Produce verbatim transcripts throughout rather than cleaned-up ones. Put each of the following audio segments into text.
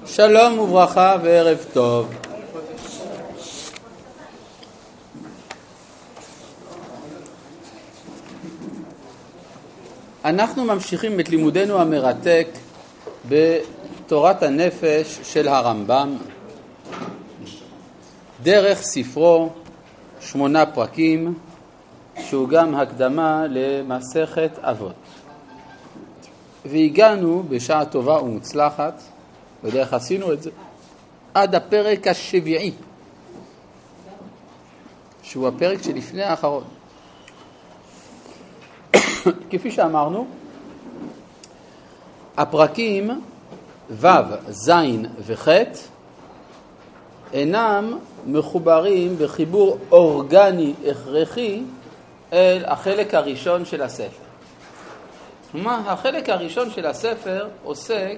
שלום וברכה וערב טוב. אנחנו ממשיכים את לימודנו המרתק בתורת הנפש של הרמב"ם, דרך ספרו שמונה פרקים, שהוא גם הקדמה למסכת אבות. והגענו בשעה טובה ומוצלחת, בדרך עשינו את זה, עד הפרק השביעי, שהוא הפרק שלפני האחרון. כפי שאמרנו, הפרקים ו', ז' וח' אינם מחוברים בחיבור אורגני הכרחי אל החלק הראשון של הספר. מה? החלק הראשון של הספר עוסק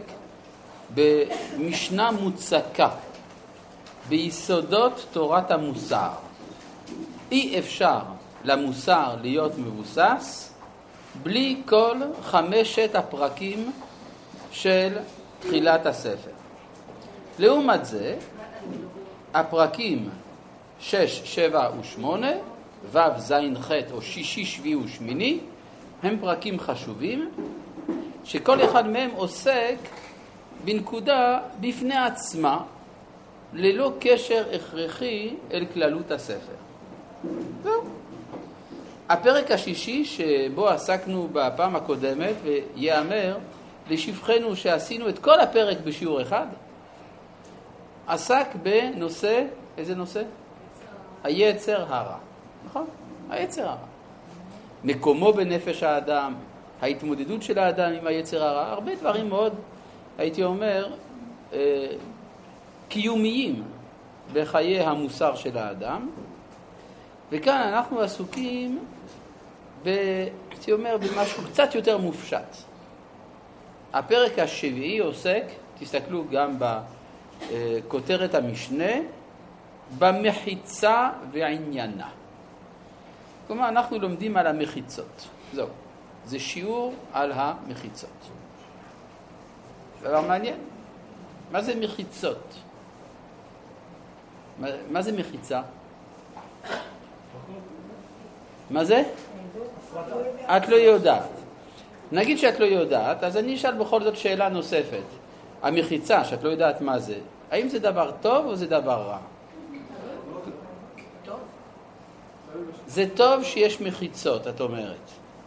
במשנה מוצקה, ביסודות תורת המוסר. אי אפשר למוסר להיות מבוסס בלי כל חמשת הפרקים של תחילת הספר. לעומת זה, הפרקים שש, שבע ושמונה, ו', ז', ח' או שישי, שביעי ושמיני, הם פרקים חשובים, שכל אחד מהם עוסק בנקודה בפני עצמה, ללא קשר הכרחי אל כללות הספר. זהו. הפרק השישי שבו עסקנו בפעם הקודמת, ויאמר לשבחנו שעשינו את כל הפרק בשיעור אחד, עסק בנושא, איזה נושא? היצר הרע. נכון? היצר הרע. מקומו בנפש האדם, ההתמודדות של האדם עם היצר הרע, הרבה דברים מאוד, הייתי אומר, קיומיים בחיי המוסר של האדם. וכאן אנחנו עסוקים ב, הייתי אומר, במשהו קצת יותר מופשט. הפרק השביעי עוסק, תסתכלו גם בכותרת המשנה, במחיצה ועניינה. כלומר, אנחנו לומדים על המחיצות. זהו. זה שיעור על המחיצות. דבר מעניין. מה זה מחיצות? מה, מה זה מחיצה? מה זה? את לא יודעת. נגיד שאת לא יודעת, אז אני אשאל בכל זאת שאלה נוספת. המחיצה, שאת לא יודעת מה זה, האם זה דבר טוב או זה דבר רע? טוב. זה טוב שיש מחיצות, את אומרת.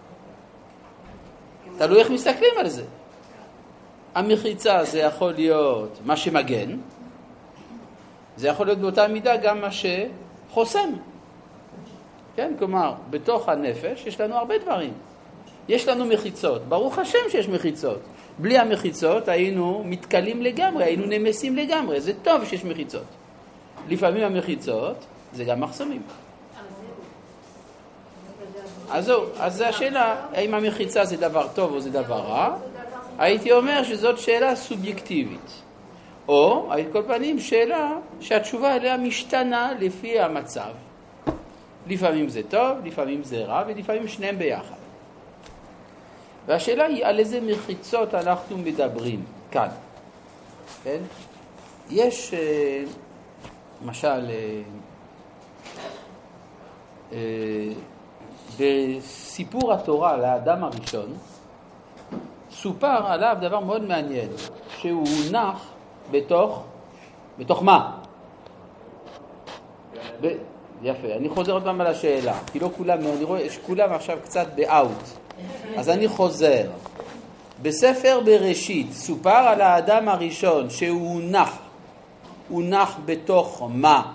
תלוי איך מסתכלים על זה. המחיצה זה יכול להיות מה שמגן, זה יכול להיות באותה מידה גם מה שחוסם. כן, כלומר, בתוך הנפש יש לנו הרבה דברים. יש לנו מחיצות, ברוך השם שיש מחיצות. בלי המחיצות היינו מתקלים לגמרי, היינו נמסים לגמרי. זה טוב שיש מחיצות. לפעמים המחיצות זה גם מחסומים. אז זהו, אז זה השאלה, האם המחיצה זה דבר טוב או זה דבר רע? הייתי אומר שזאת שאלה סובייקטיבית. או, על כל פנים, שאלה שהתשובה אליה משתנה לפי המצב. לפעמים זה טוב, לפעמים זה רע, ולפעמים שניהם ביחד. והשאלה היא על איזה מחיצות אנחנו מדברים כאן. כן? יש, למשל, בסיפור התורה לאדם הראשון, סופר עליו דבר מאוד מעניין, שהוא הונח בתוך, בתוך מה? ב... יפה, אני חוזר עוד פעם על השאלה, כי לא כולם, אני רואה שכולם עכשיו קצת באאוט, אז אני חוזר. בספר בראשית סופר על האדם הראשון שהוא הונח, הונח בתוך מה?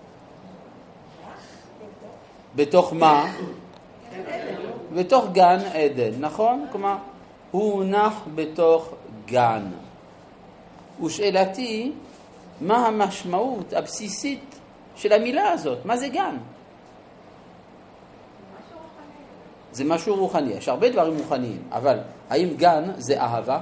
בתוך מה? בתוך גן עדן, נכון? כלומר, הוא הונח בתוך גן. ושאלתי, מה המשמעות הבסיסית של המילה הזאת? מה זה גן? זה משהו רוחני. יש הרבה דברים רוחניים, אבל האם גן זה אהבה?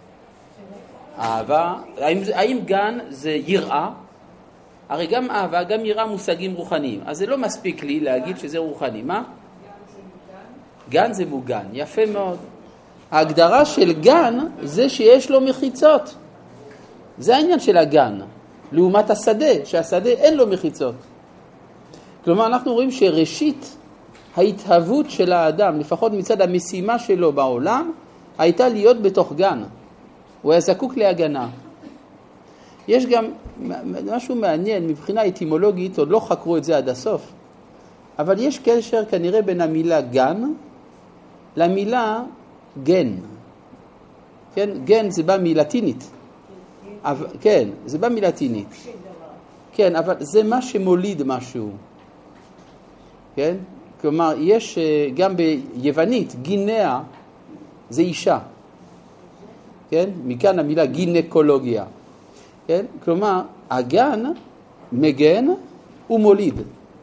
אהבה. האם, האם גן זה יראה? הרי גם אהבה, גם יראה מושגים רוחניים. אז זה לא מספיק לי להגיד שזה רוחני. מה? גן זה מוגן. יפה מאוד. ההגדרה של גן זה שיש לו מחיצות. זה העניין של הגן, לעומת השדה, שהשדה אין לו מחיצות. כלומר, אנחנו רואים שראשית ההתהוות של האדם, לפחות מצד המשימה שלו בעולם, הייתה להיות בתוך גן. הוא היה זקוק להגנה. יש גם משהו מעניין, מבחינה אטימולוגית, עוד לא חקרו את זה עד הסוף, אבל יש קשר כנראה בין המילה גן למילה גן. כן, גן זה בא מלטינית. אבל, כן, זה בא מלטינית. כן, אבל זה מה שמוליד משהו. כן? כלומר, יש גם ביוונית, גינאה זה אישה. כן? מכאן המילה גינקולוגיה. כן? כלומר, הגן מגן ומוליד.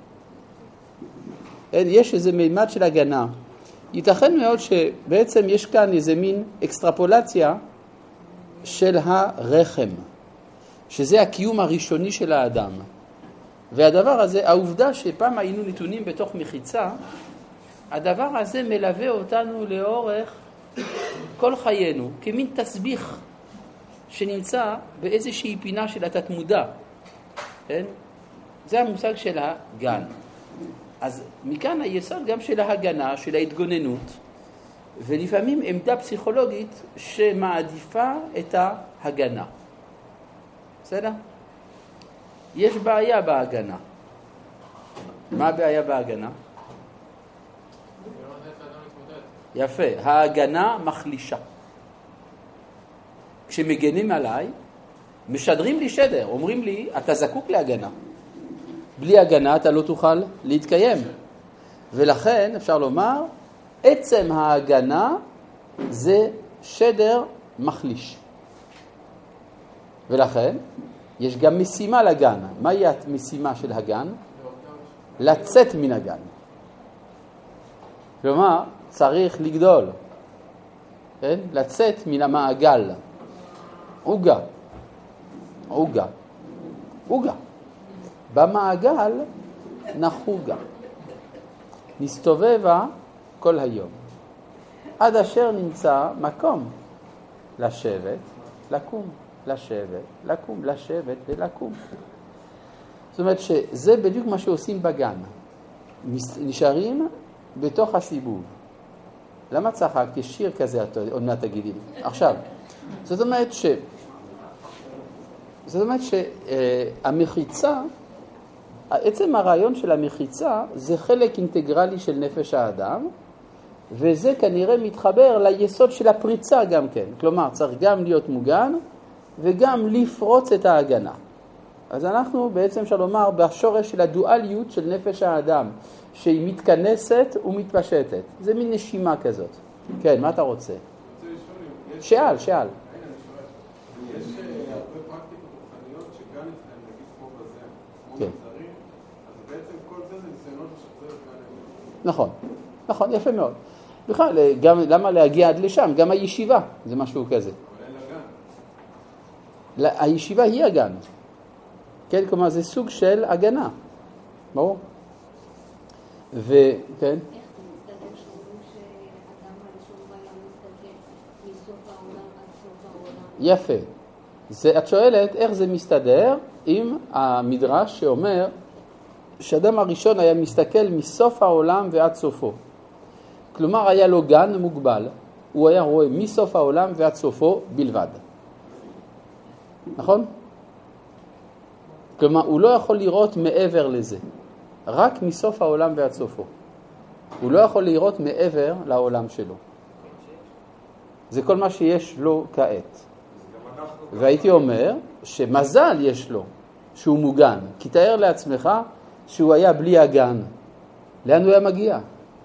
כן? יש איזה מימד של הגנה. ייתכן מאוד שבעצם יש כאן איזה מין אקסטרפולציה של הרחם, שזה הקיום הראשוני של האדם. והדבר הזה, העובדה שפעם היינו נתונים בתוך מחיצה, הדבר הזה מלווה אותנו לאורך כל חיינו, כמין תסביך שנמצא באיזושהי פינה של התת-מודע. כן? זה המושג של הגן. אז מכאן היסוד גם של ההגנה, של ההתגוננות, ולפעמים עמדה פסיכולוגית שמעדיפה את ההגנה. בסדר? יש בעיה בהגנה. מה הבעיה בהגנה? יפה, ההגנה מחלישה. כשמגנים עליי, משדרים לי שדר, אומרים לי, אתה זקוק להגנה. בלי הגנה אתה לא תוכל להתקיים. ולכן אפשר לומר, עצם ההגנה זה שדר מחליש. ולכן יש גם משימה לגן. מהי המשימה של הגן? לצאת מן הגן. כלומר, צריך לגדול. כן? לצאת מן המעגל. עוגה. עוגה. עוגה. במעגל נחוגה. נסתובבה כל היום. עד אשר נמצא מקום לשבת, לקום, לשבת, לקום, לשבת ולקום. זאת אומרת שזה בדיוק מה שעושים בגן. נשארים בתוך הסיבוב. למה צחק? יש שיר כזה, עוד מעט תגידי לי. עכשיו, זאת אומרת ש... זאת אומרת שהמחיצה, עצם הרעיון של המחיצה זה חלק אינטגרלי של נפש האדם, וזה כנראה מתחבר ליסוד של הפריצה גם כן. כלומר, צריך גם להיות מוגן וגם לפרוץ את ההגנה. אז אנחנו בעצם אפשר לומר בשורש של הדואליות של נפש האדם, שהיא מתכנסת ומתפשטת. זה מין נשימה כזאת. כן, מה אתה רוצה? שאל, שאל. יש הרבה פרקטיקות רוחניות שגם לפעמים, נגיד כמו בזה, כמו מצרים, אז בעצם כל זה זה ניסיונות לשחזר את גן. נכון, נכון, יפה מאוד. בכלל, גם, למה להגיע עד לשם? גם הישיבה, זה משהו כזה. אבל אין לה גן. הישיבה היא הגן. כן, כלומר, זה סוג של הגנה. ברור? וכן? איך זה מסתדר שאומרים שאדם הראשון היה מסתכל מסוף העולם עד סוף העולם? יפה. זה, את שואלת איך זה מסתדר עם המדרש שאומר שאדם הראשון היה מסתכל מסוף העולם ועד סופו. כלומר, היה לו גן מוגבל. הוא היה רואה מסוף העולם ועד סופו בלבד. נכון? כלומר, הוא לא יכול לראות מעבר לזה. רק מסוף העולם ועד סופו. הוא לא יכול לראות מעבר לעולם שלו. זה כל מה שיש לו כעת. והייתי אומר שמזל יש לו שהוא מוגן. כי תאר לעצמך שהוא היה בלי הגן. לאן הוא היה מגיע?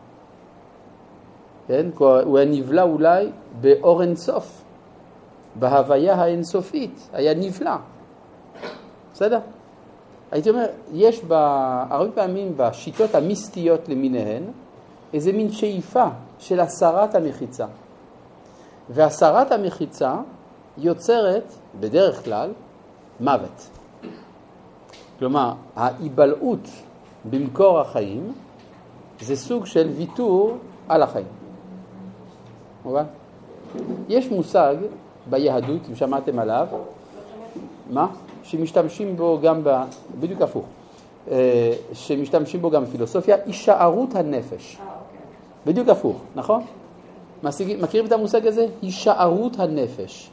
כן? הוא היה נבלע אולי באור אינסוף. בהוויה האינסופית. היה נבלע. בסדר? הייתי אומר, יש בה, הרבה פעמים בשיטות המיסטיות למיניהן, איזה מין שאיפה של הסרת המחיצה. והסרת המחיצה יוצרת, בדרך כלל, מוות. כלומר, ההיבלעות במקור החיים, זה סוג של ויתור על החיים. מובן? יש מושג ביהדות, אם שמעתם עליו, מה? שמשתמשים בו גם, ב... בדיוק הפוך, שמשתמשים בו גם בפילוסופיה, הישארות הנפש. בדיוק הפוך, נכון? מכירים את המושג הזה? הישארות הנפש.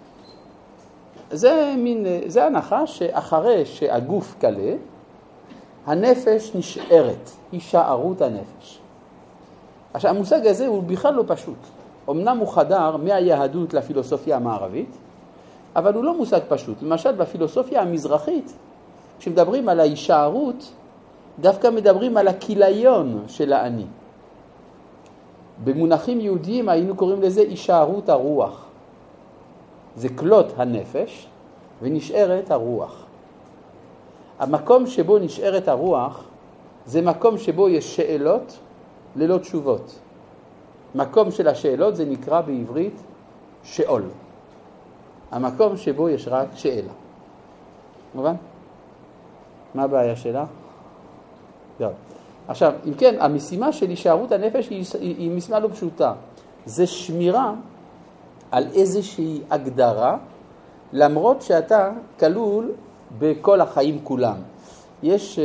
זה מין, זה הנחה שאחרי שהגוף קלה, הנפש נשארת, הישארות הנפש. עכשיו, המושג הזה הוא בכלל לא פשוט. אמנם הוא חדר מהיהדות לפילוסופיה המערבית, אבל הוא לא מושג פשוט. למשל, בפילוסופיה המזרחית, כשמדברים על ההישארות, דווקא מדברים על הכיליון של האני. במונחים יהודיים היינו קוראים לזה הישארות הרוח. זה כלות הנפש ונשארת הרוח. המקום שבו נשארת הרוח זה מקום שבו יש שאלות ללא תשובות. מקום של השאלות זה נקרא בעברית שאול. המקום שבו יש רק שאלה. מובן? מה הבעיה שלה? טוב. עכשיו, אם כן, המשימה של הישארות הנפש היא, היא, היא משימה לא פשוטה. זה שמירה על איזושהי הגדרה, למרות שאתה כלול בכל החיים כולם. יש,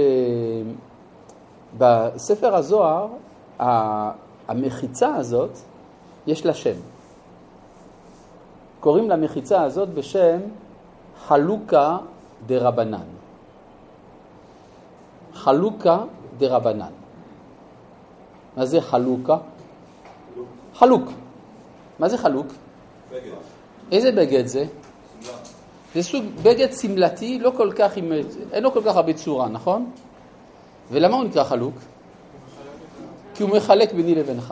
בספר הזוהר, המחיצה הזאת, יש לה שם. קוראים למחיצה הזאת בשם חלוקה דרבנן. חלוקה דרבנן. מה זה חלוקה? חלוק. מה זה חלוק? בגד. איזה בגד זה? סמלה. זה סוג בגד סמלתי, לא כל כך עם, אין לו כל כך הרבה צורה, נכון? ולמה הוא נקרא חלוק? כי הוא מחלק ביני לבינך.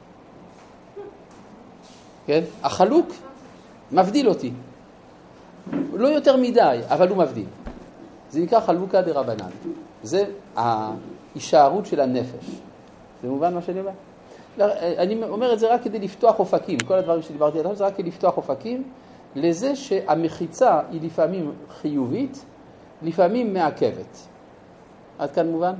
כן? החלוק מבדיל אותי. לא יותר מדי, אבל הוא מבדיל. זה נקרא חלוקה דרבנן. זה ההישארות של הנפש. זה מובן מה שאני אומר? אני אומר את זה רק כדי לפתוח אופקים. כל הדברים שדיברתי עליו זה רק כדי לפתוח אופקים לזה שהמחיצה היא לפעמים חיובית, לפעמים מעכבת. עד כאן מובן?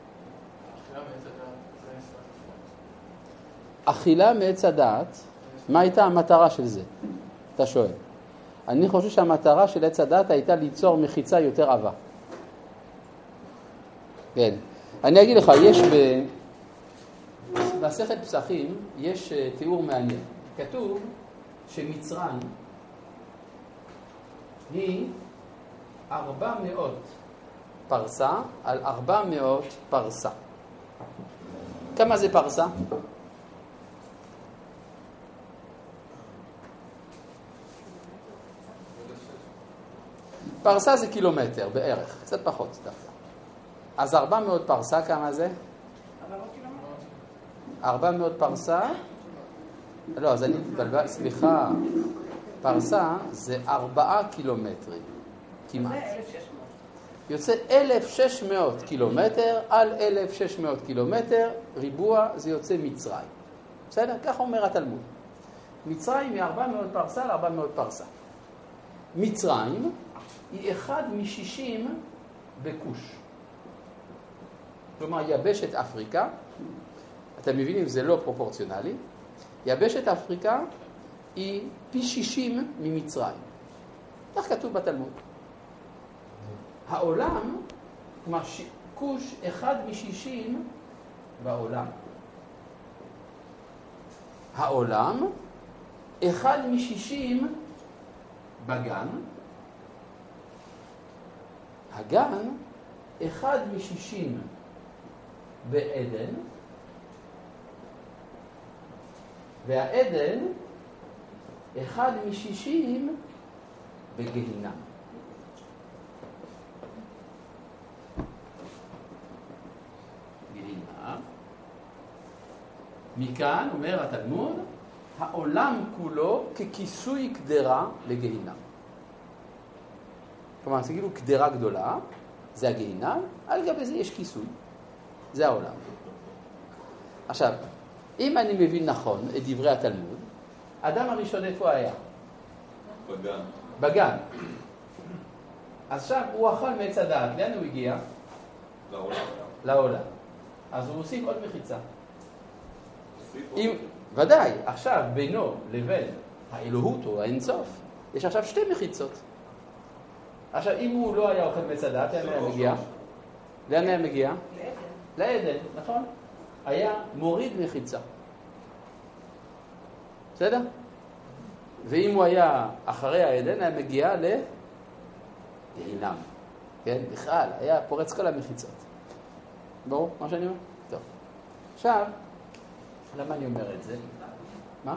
אכילה מעץ הדעת, מה הייתה המטרה של זה? אתה שואל. אני חושב שהמטרה של עץ הדעת הייתה ליצור מחיצה יותר עבה. כן. אני אגיד לך, יש ב... במסכת פסחים יש תיאור מעניין. כתוב שמצרים היא ארבע מאות פרסה על ארבע מאות פרסה. כמה זה פרסה? פרסה זה קילומטר בערך, קצת פחות דווקא. אז ארבע מאות פרסה כמה זה? ארבע מאות פרסה? לא, אז אני תתבלבל, סליחה. פרסה זה ארבעה קילומטרים, כמעט. יוצא אלף ושש מאות קילומטר על אלף ושש מאות קילומטר, ריבוע זה יוצא מצרים. בסדר? כך אומר התלמוד. מצרים היא ארבע מאות פרסה על ארבע מאות פרסה. מצרים היא אחד משישים בכוש. כלומר, יבשת אפריקה, אתם מבינים, זה לא פרופורציונלי, יבשת אפריקה היא פי שישים ממצרים. כך כתוב בתלמוד. העולם, כלומר, כוש אחד משישים בעולם. העולם, אחד משישים בגן. הגן, אחד משישים בעדן. והעדן, אחד משישים בגהינם. גהינם. מכאן, אומר התלמוד, העולם כולו ככיסוי קדרה לגהינם. כלומר, זה כאילו קדרה גדולה, זה הגהינם, על גבי זה יש כיסוי. זה העולם. עכשיו, אם אני מבין נכון את דברי התלמוד, האדם הראשון איפה היה? בגן. בגן. עכשיו הוא אכל מעץ הדעת, לאן הוא הגיע? לעולם. לעולם. אז הוא הוסיף עוד מחיצה. אם, ודאי, עכשיו בינו לבין האלוהות או האינסוף, יש עכשיו שתי מחיצות. עכשיו, אם הוא לא היה אוכל מצדת, לאן היה מגיע? לאן היה מגיע? לעדן, נכון? היה מוריד מחיצה. בסדר? ואם הוא היה אחרי העדן, היה מגיע לגיהינם. כן? בכלל, היה פורץ כל המחיצות. ברור מה שאני אומר? טוב. עכשיו, למה אני אומר את זה? מה?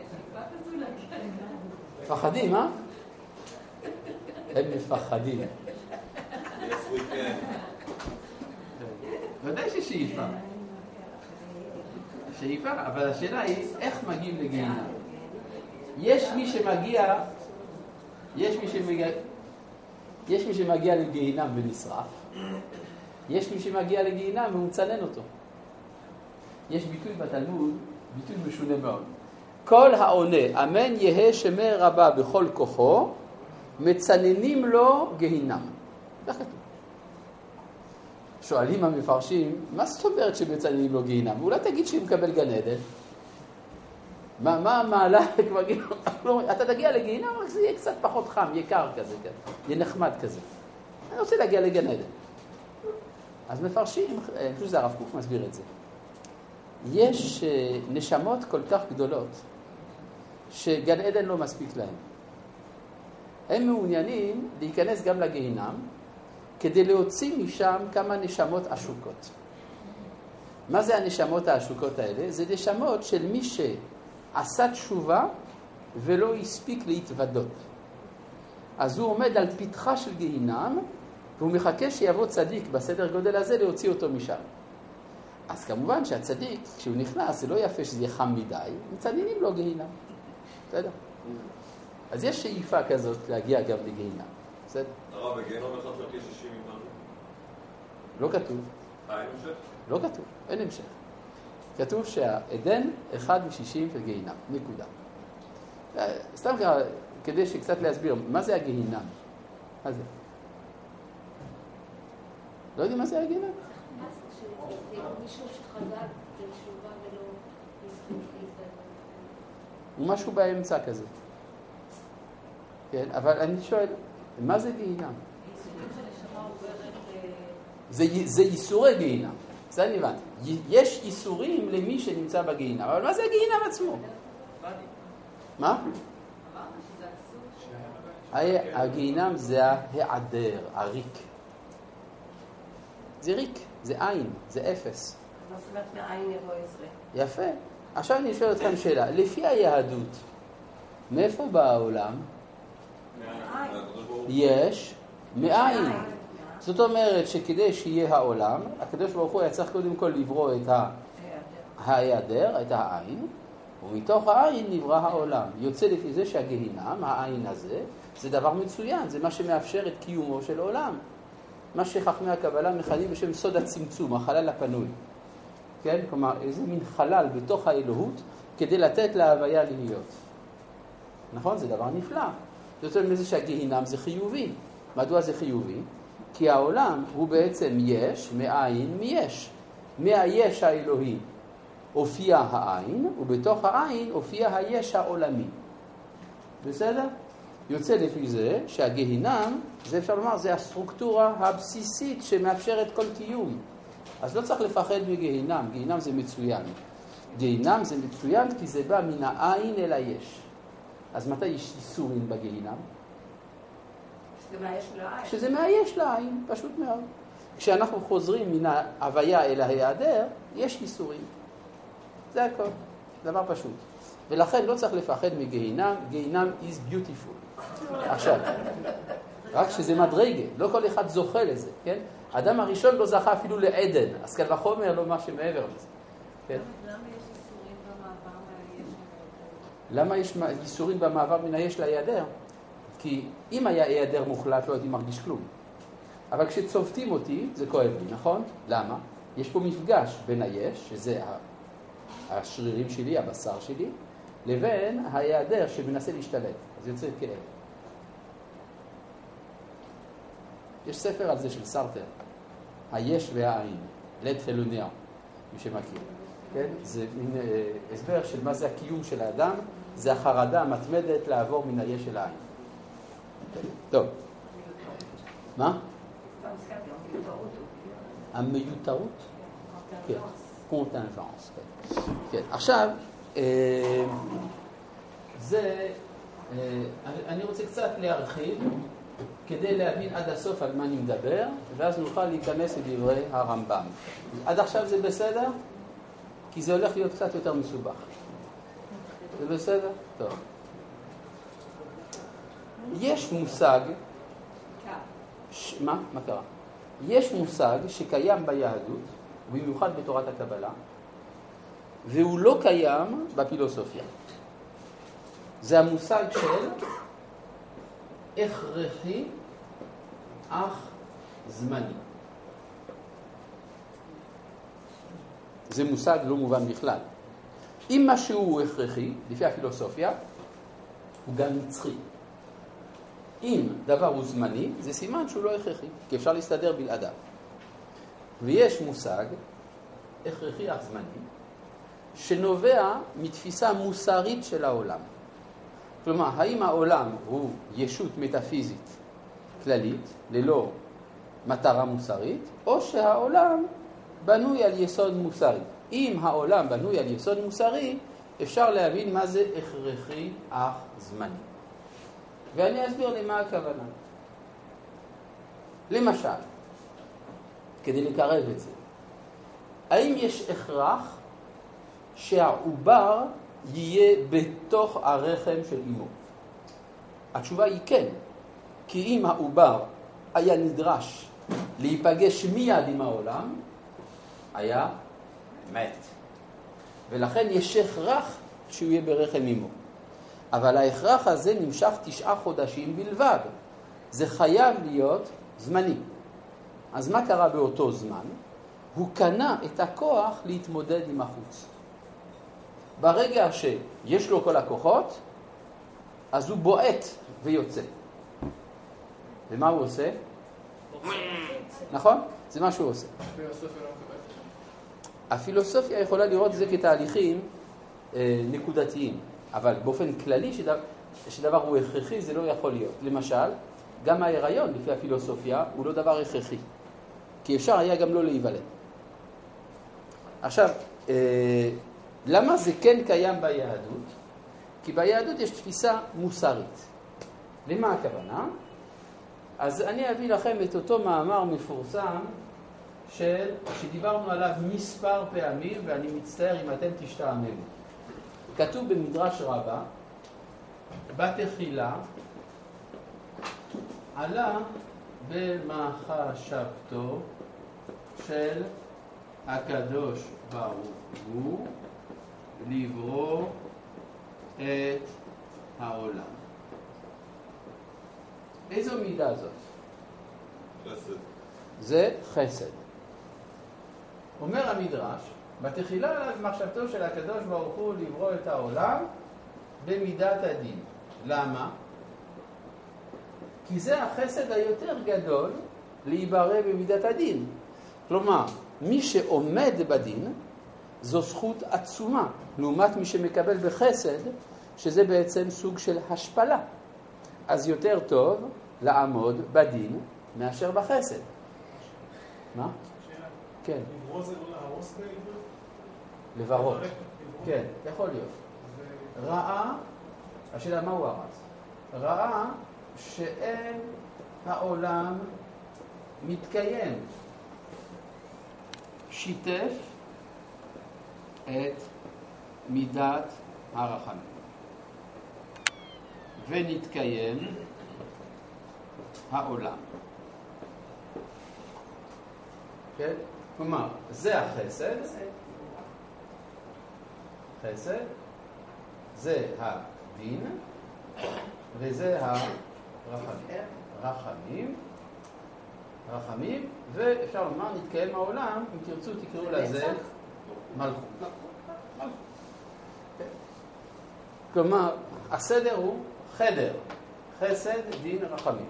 מפחדים, אה? הם מפחדים. ודאי ששאיפה. שאיפה, אבל השאלה היא, איך מגיעים לגיהינם? יש מי שמגיע, יש מי שמגיע, יש מי שמגיע לגיהינם ונשרף, יש מי שמגיע לגיהינם והוא מצנן אותו. יש ביטוי בתלמוד, ביטוי משונה מאוד. כל העונה, אמן יהא שמי רבה בכל כוחו, מצננים לו גיהינם. כך כתוב. שואלים המפרשים, מה זאת אומרת שמצננים לו גיהינם? אולי תגיד שהוא מקבל גן עדן. מה, מה המעלה? אתה תגיע לגיהינם, רק זה יהיה קצת פחות חם, יקר כזה, יהיה נחמד כזה. אני רוצה להגיע לגן עדן. אז מפרשים, אני חושב שזה הרב קוק מסביר את זה. יש נשמות כל כך גדולות, שגן עדן לא מספיק להם. הם מעוניינים להיכנס גם לגיהינם, כדי להוציא משם כמה נשמות עשוקות. מה זה הנשמות העשוקות האלה? זה נשמות של מי שעשה תשובה ולא הספיק להתוודות. אז הוא עומד על פתחה של גיהינם, והוא מחכה שיבוא צדיק בסדר גודל הזה להוציא אותו משם. אז כמובן שהצדיק, כשהוא נכנס, זה לא יפה שזה יהיה חם מדי, מצננים לו גיהינם. בסדר? אז יש שאיפה כזאת להגיע גם לגיהינם. בסדר? הרב, בגיהינום אחד חלקי שישים איתנו? לא כתוב. אה, אין המשך? לא כתוב, אין המשך. כתוב שהעדן אחד משישים של גיהינם, נקודה. סתם ככה, כדי שקצת להסביר, מה זה הגיהינם? מה זה? לא יודעים מה זה הגיהינם? מישהו שחזר בתשובה ולא הספיק. הוא משהו באמצע כזה. כן, אבל אני שואל, מה זה גיהינם? זה, זה ייסורי גיהינם. זה אני הבנתי. יש ייסורים למי שנמצא בגיהינם, אבל מה זה הגיהינם עצמו? מה? הגיהינם זה ההיעדר, הריק. זה ריק, זה עין, זה אפס. מה זאת אומרת מהעין יבוא עזרה? יפה. עכשיו אני אשאל אתכם שאלה. לפי היהדות, מאיפה בא העולם? יש מאין. זאת אומרת שכדי שיהיה העולם, הקדוש ברוך הוא היה צריך קודם כל לברוא את ההיעדר, את העין, ומתוך העין נברא העולם. יוצא לפי זה שהגיהינם, העין הזה, זה דבר מצוין, זה מה שמאפשר את קיומו של עולם. מה שחכמי הקבלה מכנים בשם סוד הצמצום, החלל הפנוי. כן? כלומר, איזה מין חלל בתוך האלוהות כדי לתת להוויה להיות. נכון? זה דבר נפלא. זאת אומרת מזה שהגיהינם זה חיובי. מדוע זה חיובי? כי העולם הוא בעצם יש, מאין מיש. מהיש האלוהי הופיע העין, ובתוך העין הופיע היש העולמי. בסדר? יוצא לפי זה שהגיהינם, זה אפשר לומר, זה הסטרוקטורה הבסיסית שמאפשרת כל קיום. אז לא צריך לפחד מגיהינם, גיהינם זה מצוין. גיהינם זה מצוין כי זה בא מן העין אל היש. אז מתי יש איסורים בגיהינם? שזה מהיש לעין. שזה מהיש לעין, פשוט מאוד. כשאנחנו חוזרים מן ההוויה אל ההיעדר, יש איסורים. זה הכל, דבר פשוט. ולכן לא צריך לפחד מגיהינם, גיהינם is beautiful. עכשיו, רק שזה מדרגה, לא כל אחד זוכה לזה, כן? האדם הראשון לא זכה אפילו לעדן, אז קל וחומר לא מה שמעבר לזה. כן? למה יש איסורים במעבר מהיש להיעדר? למה יש איסורים במעבר מן היש להיעדר? כי אם היה היעדר מוחלט לא הייתי מרגיש כלום. אבל כשצובטים אותי זה כואב לי, נכון? למה? יש פה מפגש בין היש, שזה השרירים שלי, הבשר שלי, לבין ההיעדר שמנסה להשתלט. אז יוצא כאב. יש ספר על זה של סרטר, היש והעין, לד פלוניה, מי שמכיר. כן? זה מין אה, הסבר של מה זה הקיום של האדם, זה החרדה המתמדת לעבור מן היש אל העין. טוב. מה? פרנסקת יום מיותרות. המיותרות? כן, קונטנג'נס. כן, עכשיו, אה, זה, אה, אני רוצה קצת להרחיב כדי להבין עד הסוף על מה אני מדבר, ואז נוכל להיכנס לדברי הרמב"ם. עד עכשיו זה בסדר? כי זה הולך להיות קצת יותר מסובך. זה בסדר? טוב. יש מושג, ש... מה? מה קרה? יש מושג שקיים ביהדות, במיוחד בתורת הקבלה, והוא לא קיים בפילוסופיה. זה המושג של הכרחי אך זמני. זה מושג לא מובן בכלל. אם משהו הוא הכרחי, לפי הפילוסופיה, הוא גם נצחי. אם דבר הוא זמני, זה סימן שהוא לא הכרחי, כי אפשר להסתדר בלעדיו. ויש מושג, הכרחי אך זמני, שנובע מתפיסה מוסרית של העולם. כלומר, האם העולם הוא ישות מטאפיזית כללית, ללא מטרה מוסרית, או שהעולם בנוי על יסוד מוסרי. אם העולם בנוי על יסוד מוסרי, אפשר להבין מה זה הכרחי אך זמני. ואני אסביר למה הכוונה. למשל, כדי לקרב את זה, האם יש הכרח שהעובר יהיה בתוך הרחם של אמו? התשובה היא כן, כי אם העובר היה נדרש להיפגש מיד עם העולם, היה מת. ולכן יש הכרח שהוא יהיה ברחם אמו. אבל ההכרח הזה נמשך תשעה חודשים בלבד. זה חייב להיות זמני. אז מה קרה באותו זמן? הוא קנה את הכוח להתמודד עם החוץ. ברגע שיש לו כל הכוחות, אז הוא בועט ויוצא. ומה הוא עושה? נכון? זה מה שהוא עושה. הפילוסופיה יכולה לראות את זה כתהליכים אה, נקודתיים, אבל באופן כללי שדבר, שדבר הוא הכרחי זה לא יכול להיות. למשל, גם ההיריון לפי הפילוסופיה הוא לא דבר הכרחי, כי אפשר היה גם לא להיוולד. עכשיו, אה, למה זה כן קיים ביהדות? כי ביהדות יש תפיסה מוסרית. למה הכוונה? אז אני אביא לכם את אותו מאמר מפורסם של, שדיברנו עליו מספר פעמים, ואני מצטער אם אתם תשתעממו. כתוב במדרש רבה, בתחילה עלה במחשבתו של הקדוש ברוך הוא לברוא את העולם. איזו מידה זאת? חסד. זה חסד. אומר המדרש, בתחילה עלה במחשבתו של הקדוש ברוך הוא לברוא את העולם במידת הדין. למה? כי זה החסד היותר גדול להיברא במידת הדין. כלומר, מי שעומד בדין זו זכות עצומה, לעומת מי שמקבל בחסד, שזה בעצם סוג של השפלה. אז יותר טוב לעמוד בדין מאשר בחסד. מה? שאלה. כן. לברוא זה לא להרוס בעברית? לברות. כן, יכול להיות. זה... ראה, השאלה מה הוא הרס? ראה שאין העולם מתקיים. שיתף את מידת הרחמים. ונתקיים העולם. כן? כלומר, זה החסד. חסד. זה הדין. וזה הרחמים. רחמים. רחמים. ואפשר לומר, נתקיים העולם, אם תרצו תקראו לזה מלכות. מלכות. כן. כלומר, הסדר הוא חדר, חסד, דין, רחמים.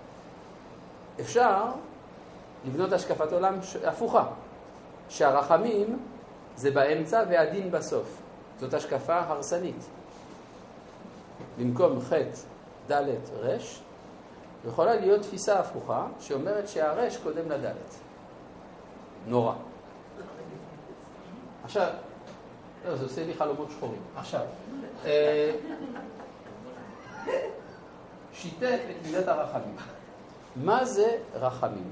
אפשר לבנות השקפת עולם הפוכה, שהרחמים זה באמצע והדין בסוף. זאת השקפה הרסנית. במקום ח' ד' ר', יכולה להיות תפיסה הפוכה שאומרת שהרש קודם לדלת. נורא. עכשיו, לא, זה עושה לי חלומות שחורים. עכשיו, שיטת את מידת הרחמים. מה זה רחמים?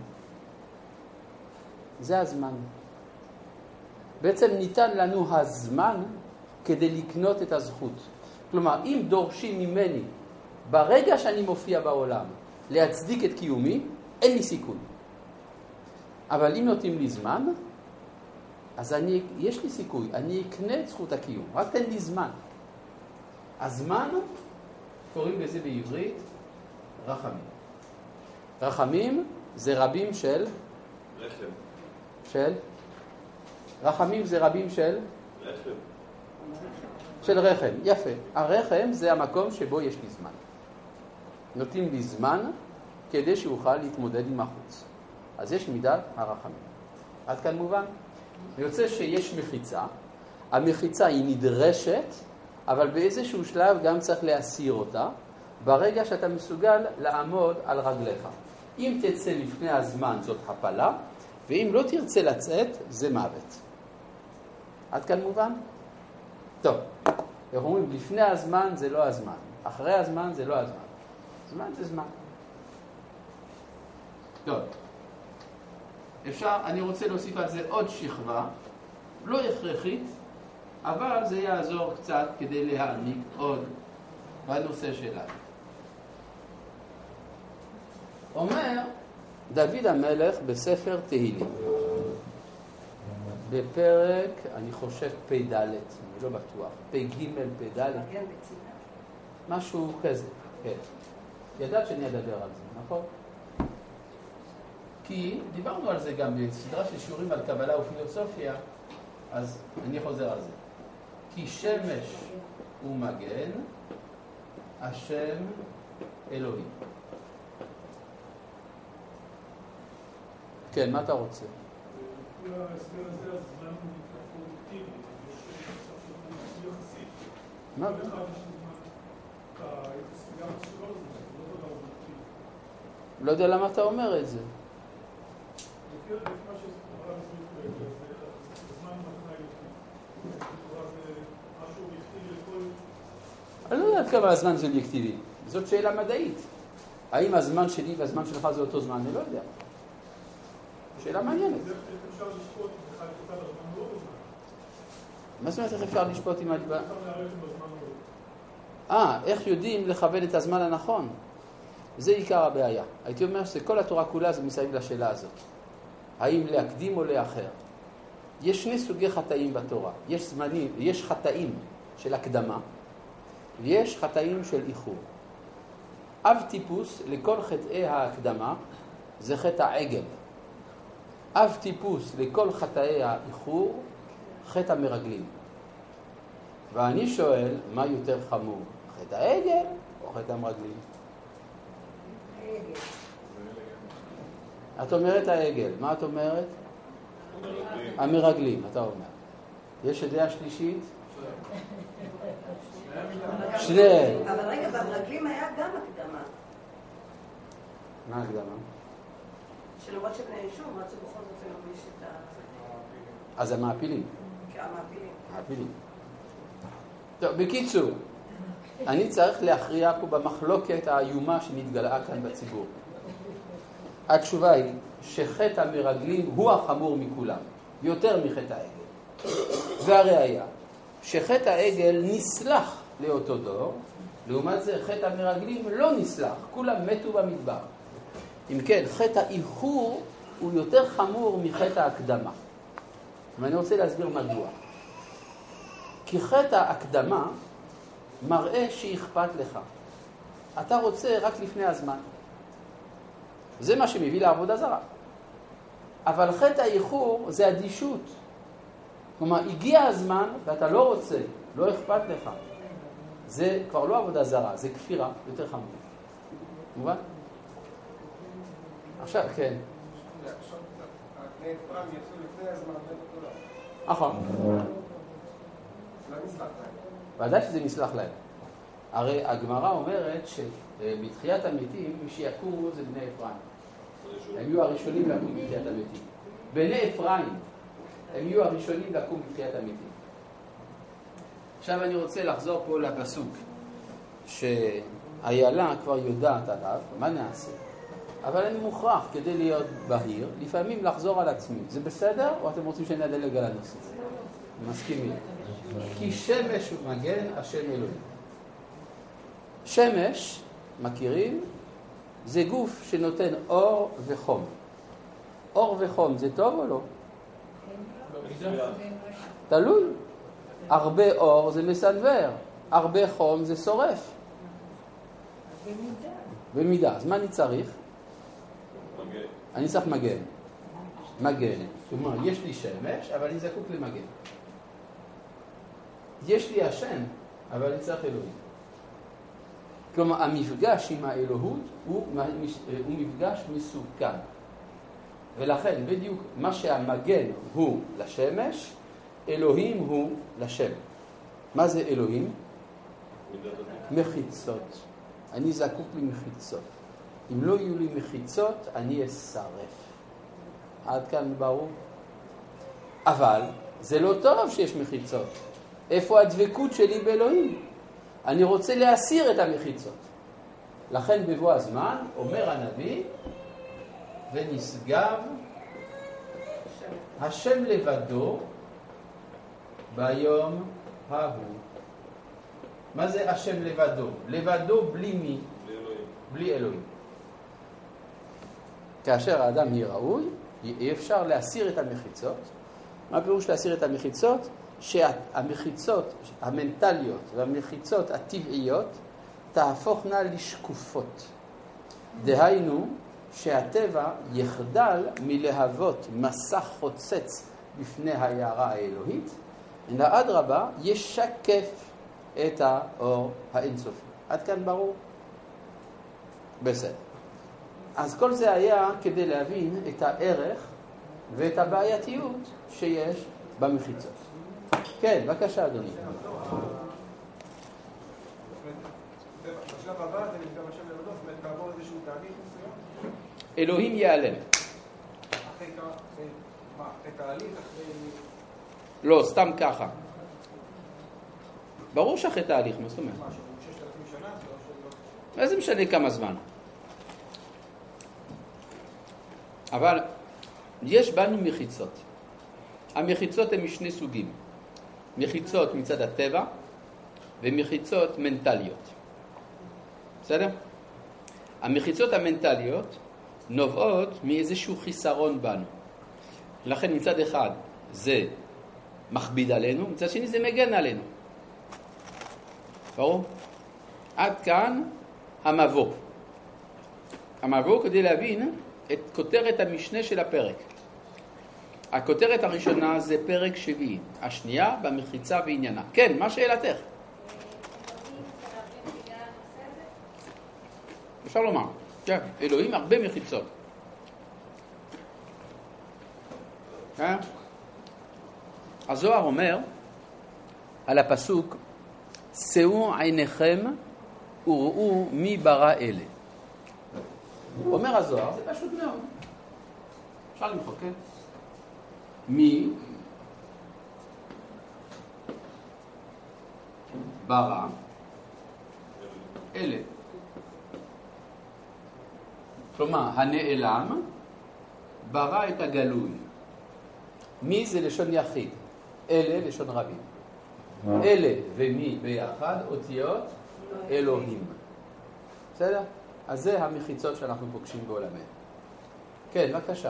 זה הזמן. בעצם ניתן לנו הזמן כדי לקנות את הזכות. כלומר, אם דורשים ממני ברגע שאני מופיע בעולם להצדיק את קיומי, אין לי סיכון. אבל אם נותנים לי זמן, אז אני, יש לי סיכוי, אני אקנה את זכות הקיום, רק תן לי זמן. הזמן, קוראים לזה בעברית, רחמים. רחמים זה רבים של? רחם. של? רחמים זה רבים של? רחם. של רחם, יפה. הרחם זה המקום שבו יש לי זמן. נותנים לי זמן כדי שאוכל להתמודד עם החוץ. אז יש מידת הרחמים. עד כאן מובן? ויוצא שיש מחיצה. המחיצה היא נדרשת, אבל באיזשהו שלב גם צריך להסיר אותה, ברגע שאתה מסוגל לעמוד על רגליך. אם תצא לפני הזמן זאת הפלה, ואם לא תרצה לצאת זה מוות. עד כאן מובן? טוב, אנחנו אומרים לפני הזמן זה לא הזמן, אחרי הזמן זה לא הזמן. זמן זה זמן. טוב. אפשר, אני רוצה להוסיף על זה עוד שכבה, לא הכרחית, אבל זה יעזור קצת כדי להעמיק עוד בנושא שלנו. אומר דוד המלך בספר תהילים, בפרק, אני חושב פ"ד, אני לא בטוח, פ"ג, פ"ד, משהו כזה, כן. ידעת שאני אדבר על זה, נכון? כי דיברנו על זה גם בסדרה של שיעורים על קבלה ופילוסופיה, אז אני חוזר על זה. כי שמש ומגן, השם אלוהים. כן, מה אתה רוצה? לפי ההסבר הזה, הזמן הוא פרודוקטיבי, יש מצב יחסי. מה? כל אחד יש זמן, היחסי גם שלו זה לא דבר אובייקטיבי. לא יודע למה אתה אומר את זה. לפי מה שסתורה מסביב, הזמן מבחינה אלוקית. סתורה זה משהו אובייקטיבי לכל... אני לא יודעת כמה הזמן זה אובייקטיבי. זאת שאלה מדעית. האם הזמן שלי והזמן שלך זה אותו זמן? אני לא יודע. שאלה מעניינת. איך אפשר לשפוט בכלל את אותה בזמן לא בזמן? מה זאת אומרת איך אפשר לשפוט עם הדבר? אפשר להערך עם בזמן לא. אה, איך יודעים לכוון את הזמן הנכון? זה עיקר הבעיה. הייתי אומר שכל התורה כולה זה מסביב לשאלה הזאת. האם להקדים או לאחר? יש שני סוגי חטאים בתורה. יש זמנים, יש חטאים של הקדמה, ויש חטאים של איחור. אב טיפוס לכל חטאי ההקדמה זה חטא העגל. אב טיפוס לכל חטאי האיחור, חטא המרגלים. ואני שואל, מה יותר חמור? חטא העגל או חטא המרגלים? את אומרת העגל, מה את אומרת? המרגלים. המרגלים, אתה אומר. יש דעה שלישית? שניהם. אבל רגע, במרגלים היה גם הקדמה. מה הקדמה? שלמרות שבני ישוב רצו בכל זאת להוביש את ה... אז המעפילים. המעפילים. מעפילים. טוב, בקיצור, אני צריך להכריע פה במחלוקת האיומה שנתגלעה כאן בציבור. התשובה היא שחטא המרגלים הוא החמור מכולם, יותר מחטא העגל. והראיה, שחטא העגל נסלח לאותו דור, לעומת זה חטא המרגלים לא נסלח, כולם מתו במדבר. אם כן, חטא האיחור הוא יותר חמור מחטא ההקדמה. ואני רוצה להסביר מדוע. כי חטא ההקדמה מראה שאכפת לך. אתה רוצה רק לפני הזמן. זה מה שמביא לעבודה זרה. אבל חטא האיחור זה אדישות. כלומר, הגיע הזמן ואתה לא רוצה, לא אכפת לך. זה כבר לא עבודה זרה, זה כפירה יותר חמור. מובן? עכשיו, כן. עכשיו, בני אפרים יצאו לפני הזמן, בן התורה. נכון. זה לא נסלח להם. ודאי שזה נסלח להם. הרי הגמרא אומרת שבתחיית המתים, מי שיקומו זה בני אפרים. הם יהיו הראשונים לקום בתחיית המתים. בני אפרים, הם יהיו הראשונים לקום בתחיית המתים. עכשיו אני רוצה לחזור פה לפסוק, שהאיילה כבר יודעת עליו, מה נעשה? אבל אני מוכרח, כדי להיות בהיר, לפעמים לחזור על עצמי. זה בסדר, או אתם רוצים שנדלג על הנושא? מסכימים. כי שמש ומגן השם אלוהים. שמש, מכירים, זה גוף שנותן אור וחום. אור וחום זה טוב או לא? תלוי. הרבה אור זה מסנבר, הרבה חום זה שורף. במידה. במידה. אז מה אני צריך? מגן. אני צריך מגן. מגן. כלומר, יש לי שמש, אבל אני זקוק למגן. יש לי השם, אבל אני צריך אלוהים. כלומר, המפגש עם האלוהות הוא, הוא מפגש מסוכן. ולכן, בדיוק מה שהמגן הוא לשמש, אלוהים הוא לשם. מה זה אלוהים? מחיצות. אני זקוק למחיצות. אם לא יהיו לי מחיצות, אני אשרף. עד כאן ברור? אבל זה לא טוב שיש מחיצות. איפה הדבקות שלי באלוהים? אני רוצה להסיר את המחיצות. לכן בבוא הזמן אומר הנביא, ונשגב השם לבדו ביום ההוא. מה זה השם לבדו? לבדו בלי מי? בלי אלוהים. בלי אלוהים. כאשר האדם יהיה ראוי, אי אפשר להסיר את המחיצות. מה פירוש להסיר את המחיצות? שהמחיצות המנטליות והמחיצות הטבעיות תהפוכנה לשקופות. דהיינו שהטבע יחדל מלהוות מסך חוצץ בפני ההערה האלוהית, אלא אדרבה ישקף את האור האינסופי. עד כאן ברור? בסדר. אז כל זה היה כדי להבין את הערך ואת הבעייתיות שיש במחיצות. כן, בבקשה אדוני. בשלב הבא זה נפגע בשם לבדו, זאת אומרת, תעבור איזשהו תהליך מסוים? אלוהים ייעלם. אחרי תהליך, אחרי... לא, סתם ככה. ברור שאחרי תהליך, מה זאת אומרת? משהו, ששת אלפים שנה? מה זה משנה כמה זמן? אבל יש בנו מחיצות. המחיצות הן משני סוגים. מחיצות מצד הטבע ומחיצות מנטליות. בסדר? המחיצות המנטליות נובעות מאיזשהו חיסרון בנו. לכן מצד אחד זה מכביד עלינו, מצד שני זה מגן עלינו. ברור? עד כאן המבוא. המבוא כדי להבין את כותרת המשנה של הפרק. הכותרת הראשונה זה פרק שביעי, השנייה במחיצה ועניינה. כן, מה שאלתך? אפשר לומר, כן, אלוהים הרבה מחיצות. כן? הזוהר אומר על הפסוק, שאו עיניכם וראו מי ברא אלה. אומר הזוהר, זה פשוט מאוד. אפשר למחוק, כן? מי ברא אלה. כלומר, הנעלם ברא את הגלוי. מי זה לשון יחיד? אלה לשון רבים. אלה ומי ביחד אותיות אלוהים. בסדר? אז זה המחיצות שאנחנו פוגשים בעולמנו. כן, בבקשה.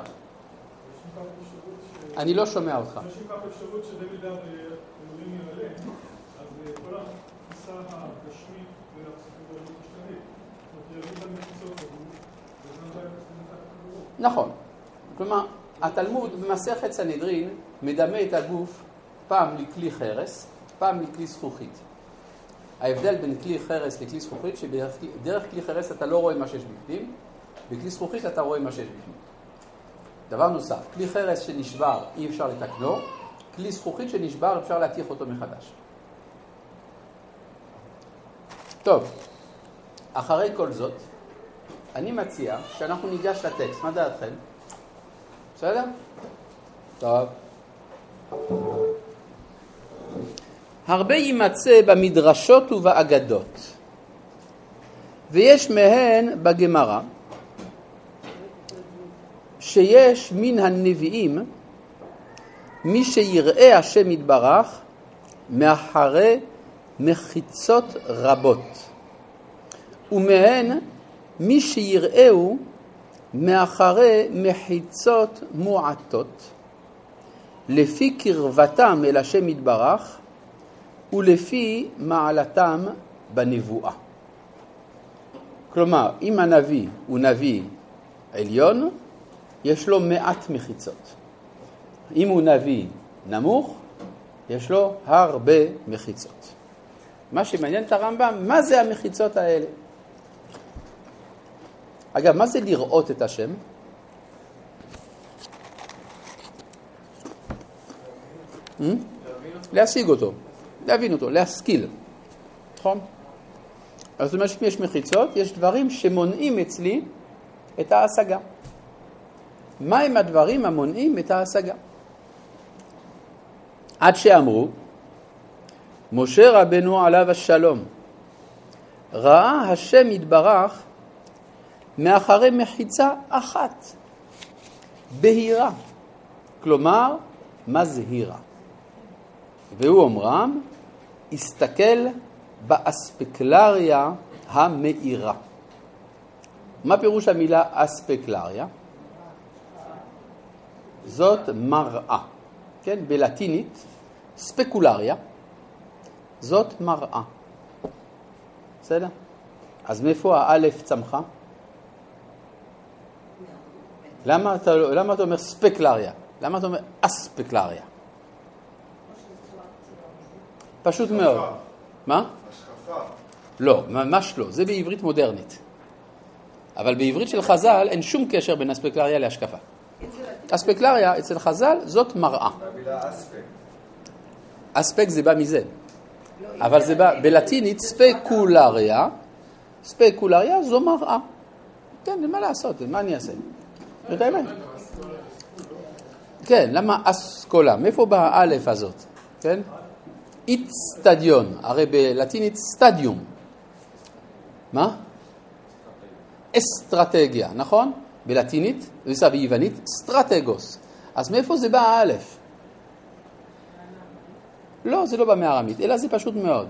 אני לא שומע אותך. יש כך אפשרות שבמידה אלוהים יעלה, אז כל התפיסה הגשמית והפסיכולוגית משתנה. זאת אומרת, יריד המחיצות הגוף, וזה נדע את הכדורות. נכון. כלומר, התלמוד במסכת סנהדרין מדמה את הגוף פעם לכלי חרס, פעם לכלי זכוכית. ההבדל בין כלי חרס לכלי זכוכית, שבדרך כלי חרס אתה לא רואה מה שיש בפנים, בכלי זכוכית אתה רואה מה שיש בפנים. דבר נוסף, כלי חרס שנשבר אי אפשר לתקנו, כלי זכוכית שנשבר אפשר להתיך אותו מחדש. טוב, אחרי כל זאת, אני מציע שאנחנו ניגש לטקסט. מה דעתכם? בסדר? טוב. הרבה יימצא במדרשות ובאגדות, ויש מהן בגמרא, שיש מן הנביאים מי שיראה השם יתברך מאחרי מחיצות רבות, ומהן מי שיראהו מאחרי מחיצות מועטות, לפי קרבתם אל השם יתברך ולפי מעלתם בנבואה. כלומר, אם הנביא הוא נביא עליון, יש לו מעט מחיצות. אם הוא נביא נמוך, יש לו הרבה מחיצות. מה שמעניין את הרמב"ם, מה זה המחיצות האלה? אגב, מה זה לראות את השם? להשיג אותו, להבין אותו, להשכיל. נכון? אז זאת אומרת שיש מחיצות, יש דברים שמונעים אצלי את ההשגה. מה הם הדברים המונעים את ההשגה? עד שאמרו, משה רבנו עליו השלום, ראה השם יתברך מאחרי מחיצה אחת, בהירה, כלומר מזהירה. והוא אומרם, הסתכל באספקלריה המאירה. מה פירוש המילה אספקלריה? זאת מראה. כן, בלטינית, ספקולריה, זאת מראה. בסדר? אז מאיפה האלף צמחה? למה אתה, למה אתה אומר ספקלריה? למה אתה אומר אספקלריה? פשוט מאוד. מה? השקפה. לא, ממש לא. זה בעברית מודרנית. אבל בעברית של חז"ל אין שום קשר בין אספקלריה להשקפה. אספקלריה אצל חז"ל זאת מראה. במילה אספק. אספק זה בא מזה. אבל זה בא בלטינית ספקולריה. ספקולריה זו מראה. כן, מה לעשות? מה אני אעשה? זאת האמת. כן, למה אסכולה? מאיפה באה האלף הזאת? כן? איצטדיון, הרי בלטינית סטדיום. מה? אסטרטגיה, נכון? בלטינית, זה ביוונית, סטרטגוס. אז מאיפה זה בא האלף? לא, זה לא בא מארמית, אלא זה פשוט מאוד.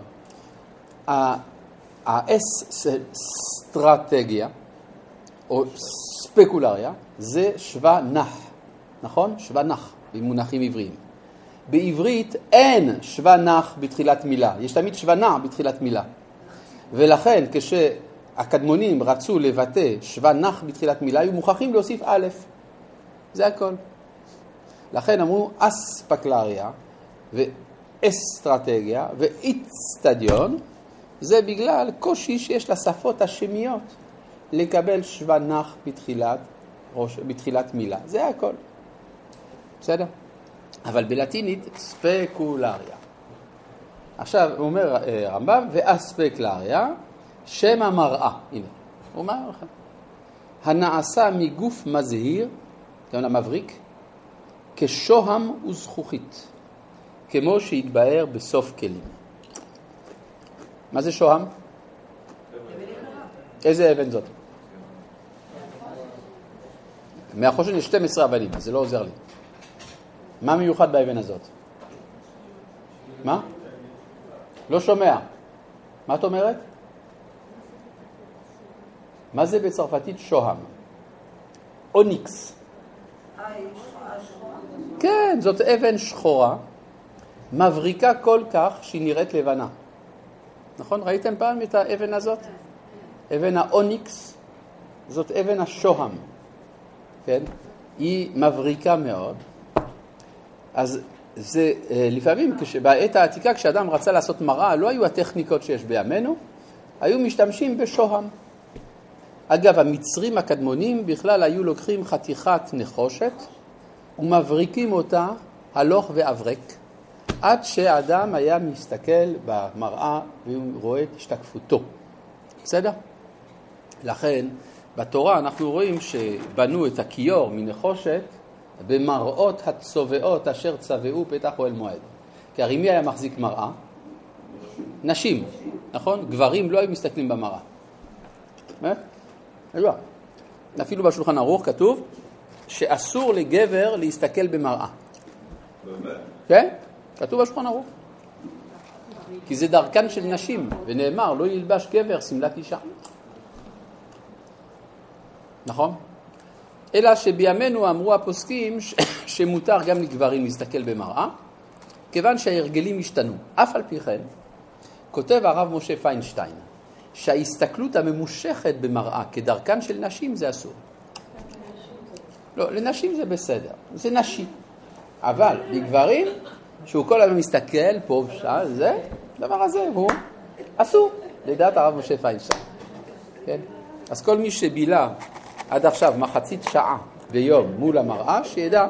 האס סטרטגיה, או ספקולריה, זה שווה נח, נכון? שווה נח, במונחים עבריים. בעברית אין שווה נח בתחילת מילה, יש תמיד שווה נח בתחילת מילה. ולכן כשהקדמונים רצו לבטא שווה נח בתחילת מילה, היו מוכרחים להוסיף א', זה הכל. לכן אמרו אספקלריה ואסטרטגיה ואיצטדיון, זה בגלל קושי שיש לשפות השמיות לקבל שווה נח בתחילת, בתחילת מילה. זה הכל. בסדר? אבל בלטינית ספקולריה. עכשיו הוא אומר רמב"ם, ואספקלריה, שם המראה. הנה, הוא אומר לך. הנעשה מגוף מזהיר, גם המבריק, כשוהם וזכוכית, כמו שהתבאר בסוף כלים. מה זה שוהם? איזה אבן זאת? מהחושן יש שתים עשרה אבנים, זה לא עוזר לי. מה מיוחד באבן הזאת? מה? לא שומע. מה את אומרת? מה זה בצרפתית שוהם? אוניקס. כן, זאת אבן שחורה, מבריקה כל כך שהיא נראית לבנה. נכון? ראיתם פעם את האבן הזאת? אבן האוניקס, זאת אבן השוהם. כן? היא מבריקה מאוד. אז זה לפעמים, בעת העתיקה, כשאדם רצה לעשות מראה, לא היו הטכניקות שיש בימינו, היו משתמשים בשוהם. אגב, המצרים הקדמונים בכלל היו לוקחים חתיכת נחושת ומבריקים אותה הלוך ועברק, עד שאדם היה מסתכל במראה והוא רואה את השתקפותו. בסדר? לכן, בתורה אנחנו רואים שבנו את הכיור מנחושת במראות הצובעות אשר צבעו פתח אוהל מועד. כי הרי מי היה מחזיק מראה? נשים, נכון? גברים לא היו מסתכלים במראה. אה? לא. אפילו בשולחן ערוך כתוב שאסור לגבר להסתכל במראה. כן? כתוב בשולחן ערוך. כי זה דרכן של נשים, ונאמר לא ילבש גבר שמלת אישה. נכון? אלא שבימינו אמרו הפוסקים ש... שמותר גם לגברים להסתכל במראה, כיוון שההרגלים השתנו. אף על פי כן, כותב הרב משה פיינשטיין, שההסתכלות הממושכת במראה כדרכן של נשים זה אסור. לא, לנשים זה בסדר, זה נשי. אבל לגברים, שהוא כל הזמן מסתכל פה ושעה, זה, דבר הזה הוא אסור, לדעת הרב משה פיינשטיין. כן? אז כל מי שבילה עד עכשיו מחצית שעה ביום מול המראה, שידע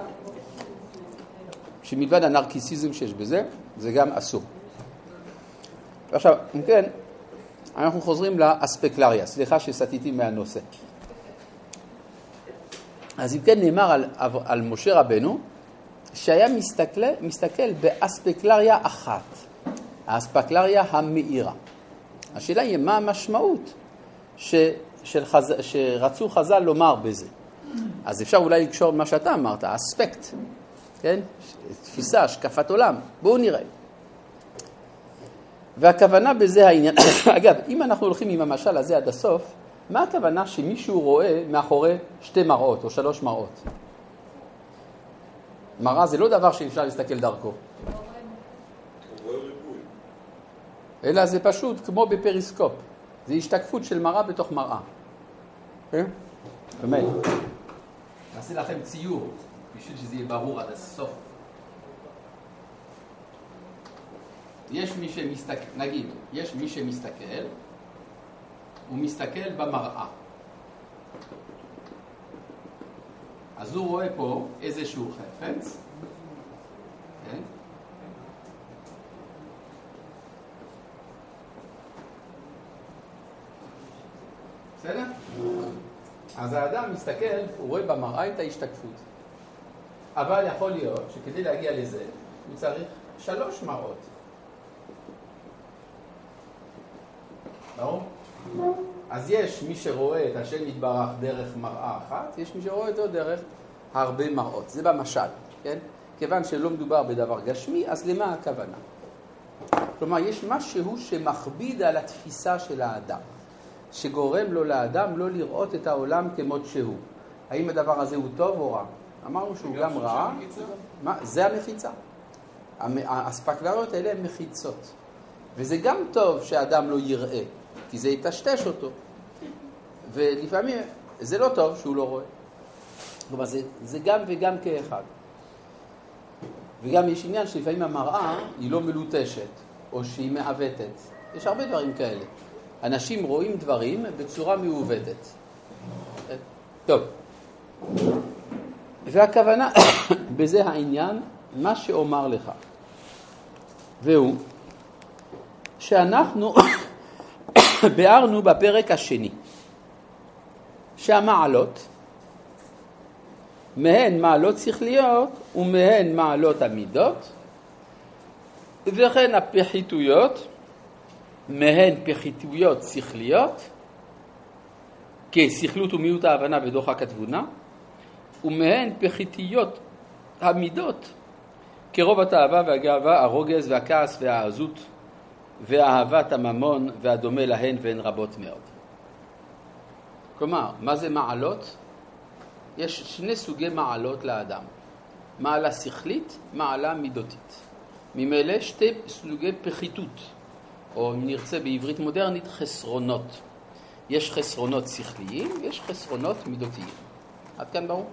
שמלבד הנרקיסיזם שיש בזה, זה גם אסור. עכשיו, אם כן, אנחנו חוזרים לאספקלריה, סליחה שסטיתי מהנושא. אז אם כן נאמר על, על משה רבנו, שהיה מסתכל, מסתכל באספקלריה אחת, האספקלריה המאירה. השאלה היא מה המשמעות ש, של חז, שרצו חז"ל לומר בזה. אז אפשר אולי לקשור מה שאתה אמרת, האספקט, כן? תפיסה, השקפת עולם. בואו נראה. והכוונה בזה העניין. אגב, אם אנחנו הולכים עם המשל הזה עד הסוף, מה הכוונה שמישהו רואה מאחורי שתי מראות או שלוש מראות? מראה זה לא דבר שאפשר להסתכל דרכו. אלא זה פשוט כמו בפריסקופ. זה השתקפות של מראה בתוך מראה. כן? באמת. נעשה לכם ציור, בשביל שזה יהיה ברור עד הסוף. יש מי שמסתכל, נגיד, יש מי שמסתכל, הוא מסתכל במראה. אז הוא רואה פה איזשהו חפץ, כן? בסדר? אז האדם מסתכל, הוא רואה במראה את ההשתקפות. אבל יכול להיות שכדי להגיע לזה, הוא צריך שלוש מראות. ברור? אז יש מי שרואה את השם יתברך דרך מראה אחת, יש מי שרואה אותו דרך הרבה מראות. זה במשל, כן? כיוון שלא מדובר בדבר גשמי, אז למה הכוונה? כלומר, יש משהו שמכביד על התפיסה של האדם, שגורם לו לאדם לא לראות את העולם כמות שהוא. האם הדבר הזה הוא טוב או רע? אמרנו שהוא גם רע. מה? זה המחיצה. האספקלריות האלה הן מחיצות. וזה גם טוב שהאדם לא יראה, כי זה יטשטש אותו. ולפעמים זה לא טוב שהוא לא רואה. כלומר, זה, זה גם וגם כאחד. וגם יש עניין שלפעמים המראה היא לא מלוטשת, או שהיא מעוותת. יש הרבה דברים כאלה. אנשים רואים דברים בצורה מעוותת. טוב. והכוונה בזה העניין, מה שאומר לך. והוא, שאנחנו ביארנו בפרק השני, שהמעלות, מהן מעלות שכליות ומהן מעלות המידות, וכן הפחיתויות, מהן פחיתויות שכליות, כשכלות ומיעוט ההבנה ודוחק התבונה, ומהן פחיתויות המידות, כרוב התאווה והגאווה, הרוגז והכעס והעזות, ואהבת הממון והדומה להן והן רבות מאוד. כלומר, מה זה מעלות? יש שני סוגי מעלות לאדם. מעלה שכלית, מעלה מידותית. ממילא שתי סוגי פחיתות, או אם נרצה בעברית מודרנית, חסרונות. יש חסרונות שכליים, יש חסרונות מידותיים. עד כאן ברור?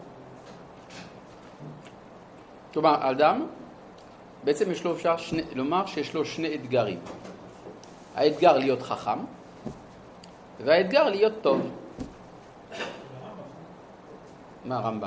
כלומר, אדם, בעצם יש לו אפשר שני, לומר שיש לו שני אתגרים. האתגר להיות חכם, והאתגר להיות טוב. מה הרמב"ם?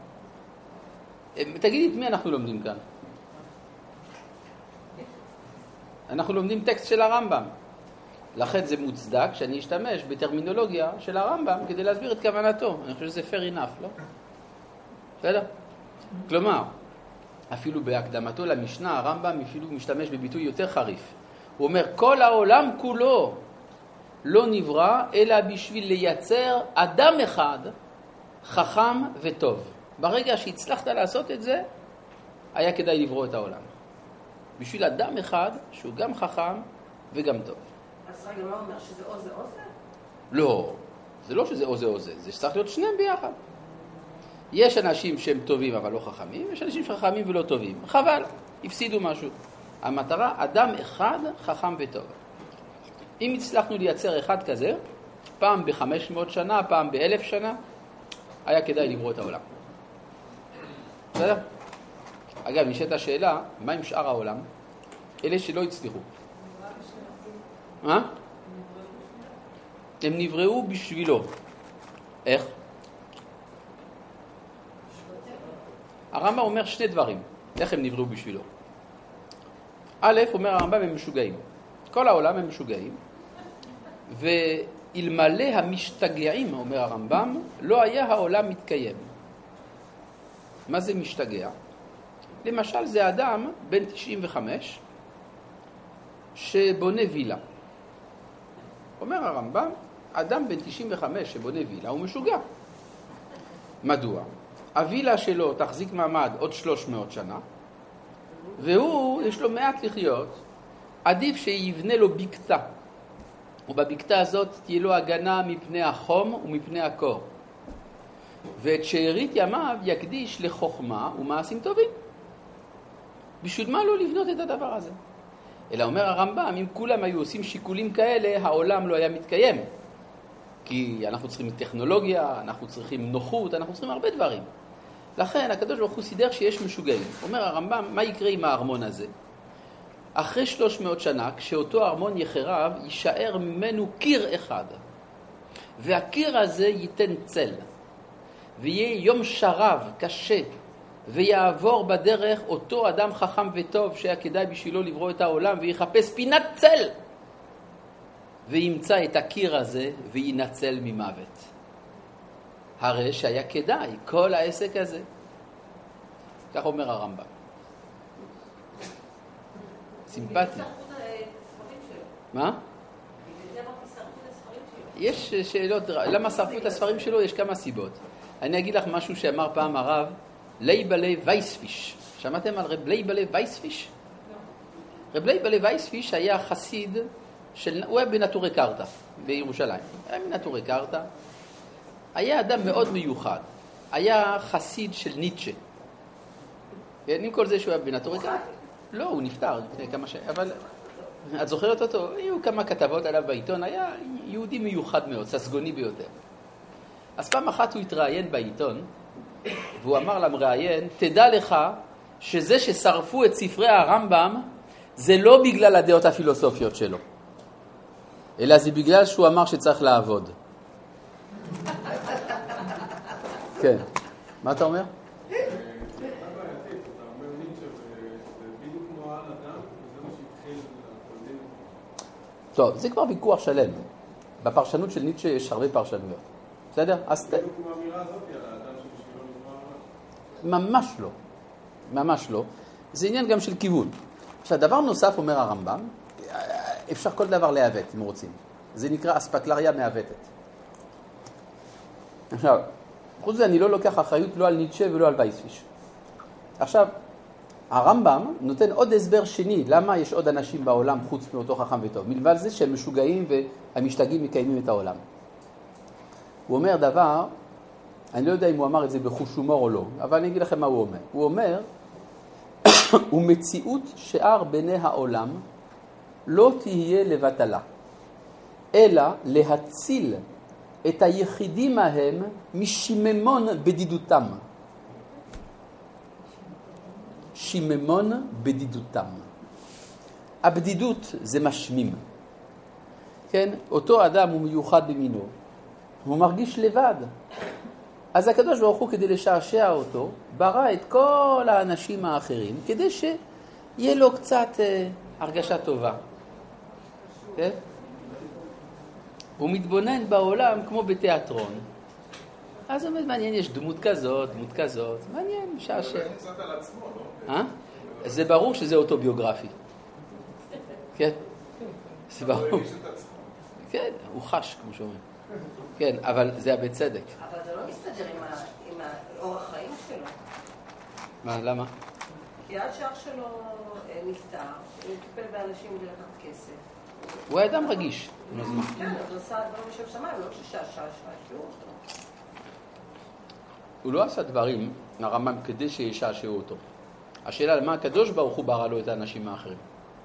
תגידי, את מי אנחנו לומדים כאן? אנחנו לומדים טקסט של הרמב"ם. לכן זה מוצדק שאני אשתמש בטרמינולוגיה של הרמב"ם כדי להסביר את כוונתו. אני חושב שזה fair enough, לא? בסדר? כלומר, אפילו בהקדמתו למשנה, הרמב"ם אפילו משתמש בביטוי יותר חריף. הוא אומר, כל העולם כולו לא נברא, אלא בשביל לייצר אדם אחד חכם וטוב. ברגע שהצלחת לעשות את זה, היה כדאי לברוא את העולם. בשביל אדם אחד שהוא גם חכם וגם טוב. אז רגע, מה אומר? שזה או זה או זה? לא, זה לא שזה או זה או זה, זה צריך להיות שניהם ביחד. יש אנשים שהם טובים אבל לא חכמים, יש אנשים שחכמים ולא טובים. חבל, הפסידו משהו. המטרה, אדם אחד חכם וטוב. אם הצלחנו לייצר אחד כזה, פעם ב-חמש מאות שנה, פעם ב-אלף שנה, היה כדאי לברוא את העולם. בסדר? אגב, נשאלת השאלה, מה עם שאר העולם? אלה שלא הצליחו. מה? הם נבראו בשבילו. איך? הרמב"ם אומר שני דברים. איך הם נבראו בשבילו? א', אומר הרמב"ם, הם משוגעים. כל העולם הם משוגעים. ואלמלא המשתגעים, אומר הרמב"ם, לא היה העולם מתקיים. מה זה משתגע? למשל, זה אדם בן תשעים וחמש שבונה וילה. אומר הרמב"ם, אדם בן תשעים וחמש שבונה וילה הוא משוגע. מדוע? הווילה שלו תחזיק מעמד עוד שלוש מאות שנה, והוא, יש לו מעט לחיות, עדיף שיבנה לו בקתה. ובבקתה הזאת תהיה לו הגנה מפני החום ומפני הקור. ואת שארית ימיו יקדיש לחוכמה ומעשים טובים. בשביל מה לא לבנות את הדבר הזה? אלא אומר הרמב"ם, אם כולם היו עושים שיקולים כאלה, העולם לא היה מתקיים. כי אנחנו צריכים טכנולוגיה, אנחנו צריכים נוחות, אנחנו צריכים הרבה דברים. לכן הקדוש ברוך הוא סידר שיש משוגעים. אומר הרמב"ם, מה יקרה עם הארמון הזה? אחרי שלוש מאות שנה, כשאותו ארמון יחרב, יישאר ממנו קיר אחד. והקיר הזה ייתן צל. ויהיה יום שרב, קשה, ויעבור בדרך אותו אדם חכם וטוב שהיה כדאי בשבילו לברוא את העולם, ויחפש פינת צל. וימצא את הקיר הזה וינצל ממוות. הרי שהיה כדאי כל העסק הזה. כך אומר הרמב"ם. סימפטי. מה? יש שאלות, למה שרפו את הספרים שלו? יש כמה סיבות. אני אגיד לך משהו שאמר פעם הרב, לייבלה וייספיש. שמעתם על רב לייבלה וייספיש? רב לייבלה וייספיש היה חסיד, של, הוא היה בנטורי קרתא בירושלים. היה בנטורי קרתא. היה אדם מאוד מיוחד. היה חסיד של ניטשה. עם כל זה שהוא היה בנטורי קרתא? לא, הוא נפטר לפני כמה שנים. אבל את זוכרת אותו? היו כמה כתבות עליו בעיתון. היה יהודי מיוחד מאוד, ססגוני ביותר. אז פעם אחת הוא התראיין בעיתון, והוא אמר למראיין, תדע לך שזה ששרפו את ספרי הרמב"ם, זה לא בגלל הדעות הפילוסופיות שלו, אלא זה בגלל שהוא אמר שצריך לעבוד. כן. מה אתה אומר? טוב, זה כבר ויכוח שלם. בפרשנות של ניטשה יש הרבה פרשנויות. בסדר? אז בדיוק כמו האמירה הזאת על האדם שבשבילו נברא העולם. ממש לא. ממש לא. זה עניין גם של כיוון. עכשיו, דבר נוסף אומר הרמב"ם, אפשר כל דבר להיאבט אם רוצים. זה נקרא אספקלריה מעוותת. עכשיו, חוץ זה אני לא לוקח אחריות לא על ניטשה ולא על וייספיש. עכשיו, הרמב"ם נותן עוד הסבר שני, למה יש עוד אנשים בעולם חוץ מאותו חכם וטוב. מלבד זה שהם משוגעים והמשתגעים מקיימים את העולם. הוא אומר דבר, אני לא יודע אם הוא אמר את זה בחוש הומור או לא, אבל אני אגיד לכם מה הוא אומר. הוא אומר, ומציאות שאר בני העולם לא תהיה לבטלה, אלא להציל את היחידים ההם משיממון בדידותם. שיממון בדידותם. הבדידות זה משמים. כן? אותו אדם הוא מיוחד במינו. הוא מרגיש לבד. אז הקדוש ברוך הוא, כדי לשעשע אותו, ברא את כל האנשים האחרים, כדי שיהיה לו קצת אה, הרגשה טובה. כן? הוא מתבונן בעולם כמו בתיאטרון. אז הוא אומר, מעניין, יש דמות כזאת, דמות כזאת, מעניין, משעשע. הוא קצת על עצמו, לא? אה? זה ברור שזה אוטוביוגרפי. כן? זה ברור. הוא הרגיש את עצמו. כן, הוא חש, כמו שאומרים. כן, אבל זה היה בצדק. אבל זה לא מסתדר עם ה- עם האורח חיים שלו. מה, למה? כי עד שאח שלו אה, נפטר, הוא טיפל באנשים בלי לקחת כסף. הוא היה אדם רגיש. עם הזמן. כן, אז הוא עשה דברים של שמיים, לא ששעשעו אותו. הוא לא עשה דברים, הרמב"ם, כדי שישעשעו אותו. השאלה, למה הקדוש ברוך הוא ברא לו את האנשים האחרים?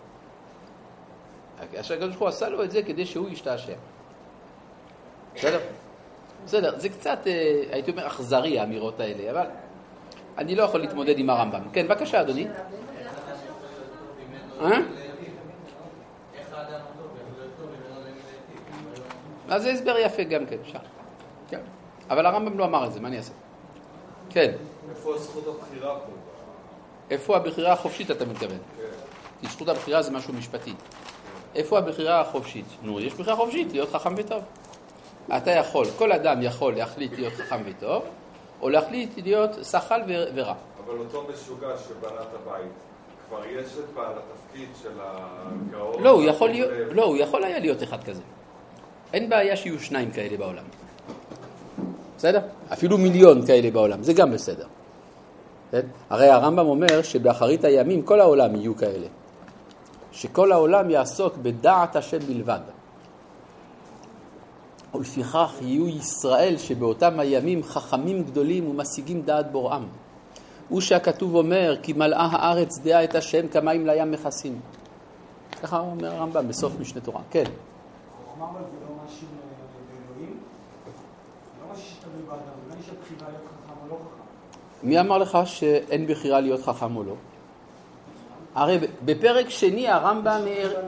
הקדוש ברוך הוא עשה לו את זה כדי שהוא ישתעשע. בסדר? בסדר, זה קצת, הייתי אומר, אכזרי האמירות האלה, אבל אני לא יכול להתמודד עם הרמב"ם. כן, בבקשה, אדוני. אה? אז זה הסבר יפה גם כן, אפשר. כן. אבל הרמב"ם לא אמר את זה, מה אני אעשה? כן. איפה זכות הבחירה פה? איפה הבחירה החופשית, אתה מתכוון? כן. כי זכות הבחירה זה משהו משפטי. איפה הבחירה החופשית? נו, יש בחירה חופשית, להיות חכם וטוב. אתה יכול, כל אדם יכול להחליט להיות חכם וטוב, או להחליט להיות שחל ו- ורע. אבל אותו משוגע שבנה את הבית, כבר יש את בעל התפקיד של הגאון? לא, הוא יכול להיות, לא, הוא יכול היה להיות אחד כזה. אין בעיה שיהיו שניים כאלה בעולם. בסדר? אפילו מיליון כאלה בעולם, זה גם בסדר. כן? הרי הרמב"ם אומר שבאחרית הימים כל העולם יהיו כאלה. שכל העולם יעסוק בדעת השם בלבד. ולפיכך יהיו ישראל שבאותם הימים חכמים גדולים ומשיגים דעת בוראם. הוא שהכתוב אומר כי מלאה הארץ דעה את השם כמים לים מכסים. ככה אומר הרמב"ם בסוף משנה תורה. כן. חוכמה אבל זה לא משהו באלוהים? לא משהו שתלוי באדם, לא יש הבחירה להיות חכם או לא חכם. מי אמר לך שאין בחירה להיות חכם או לא? הרי בפרק שני הרמב"ם...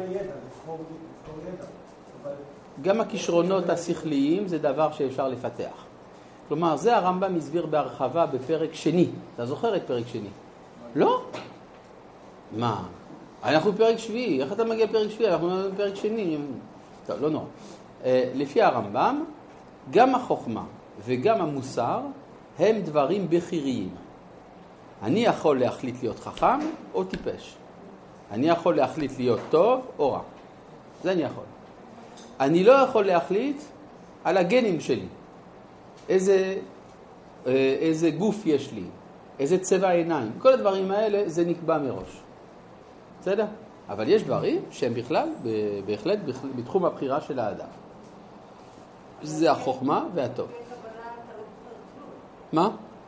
גם הכישרונות השכליים זה דבר שאפשר לפתח. כלומר, זה הרמב"ם הסביר בהרחבה בפרק שני. אתה זוכר את פרק שני? לא? מה? אנחנו בפרק שביעי. איך אתה מגיע לפרק שביעי? אנחנו בפרק שני. טוב, לא נורא. לפי הרמב"ם, גם החוכמה וגם המוסר הם דברים בחיריים. אני יכול להחליט להיות חכם או טיפש. אני יכול להחליט להיות טוב או רע. זה אני יכול. אני לא יכול להחליט על הגנים שלי. איזה, איזה גוף יש לי, איזה צבע עיניים. כל הדברים האלה זה נקבע מראש. בסדר? אבל יש דברים שהם בכלל, בהחלט, בתחום הבחירה של האדם. זה החוכמה והטוב. מה?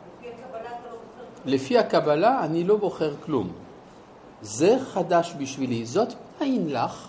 לפי הקבלה אני לא בוחר כלום. זה חדש בשבילי. זאת מניין לך.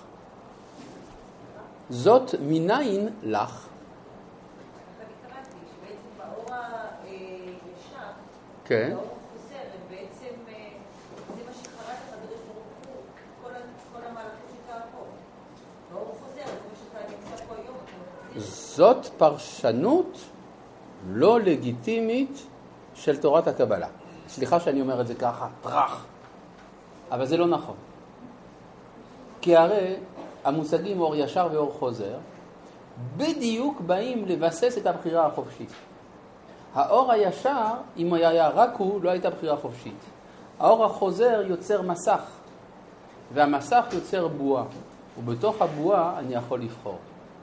זאת מניין לך. אני קראתי שבעצם באור הישר, כן. באור החוזר, בעצם זה מה שחרט הקדוש ברוך הוא, כל המהלכים שאתה פה. באור החוזר, זה מה שאתה נמצא פה היום. זאת פרשנות לא לגיטימית של תורת הקבלה. סליחה שאני אומר את זה ככה, טרח. אבל זה לא נכון. כי הרי המושגים אור ישר ואור חוזר בדיוק באים לבסס את הבחירה החופשית. האור הישר, אם היה רק הוא, לא הייתה בחירה חופשית. האור החוזר יוצר מסך, והמסך יוצר בועה, ובתוך הבועה אני יכול לבחור.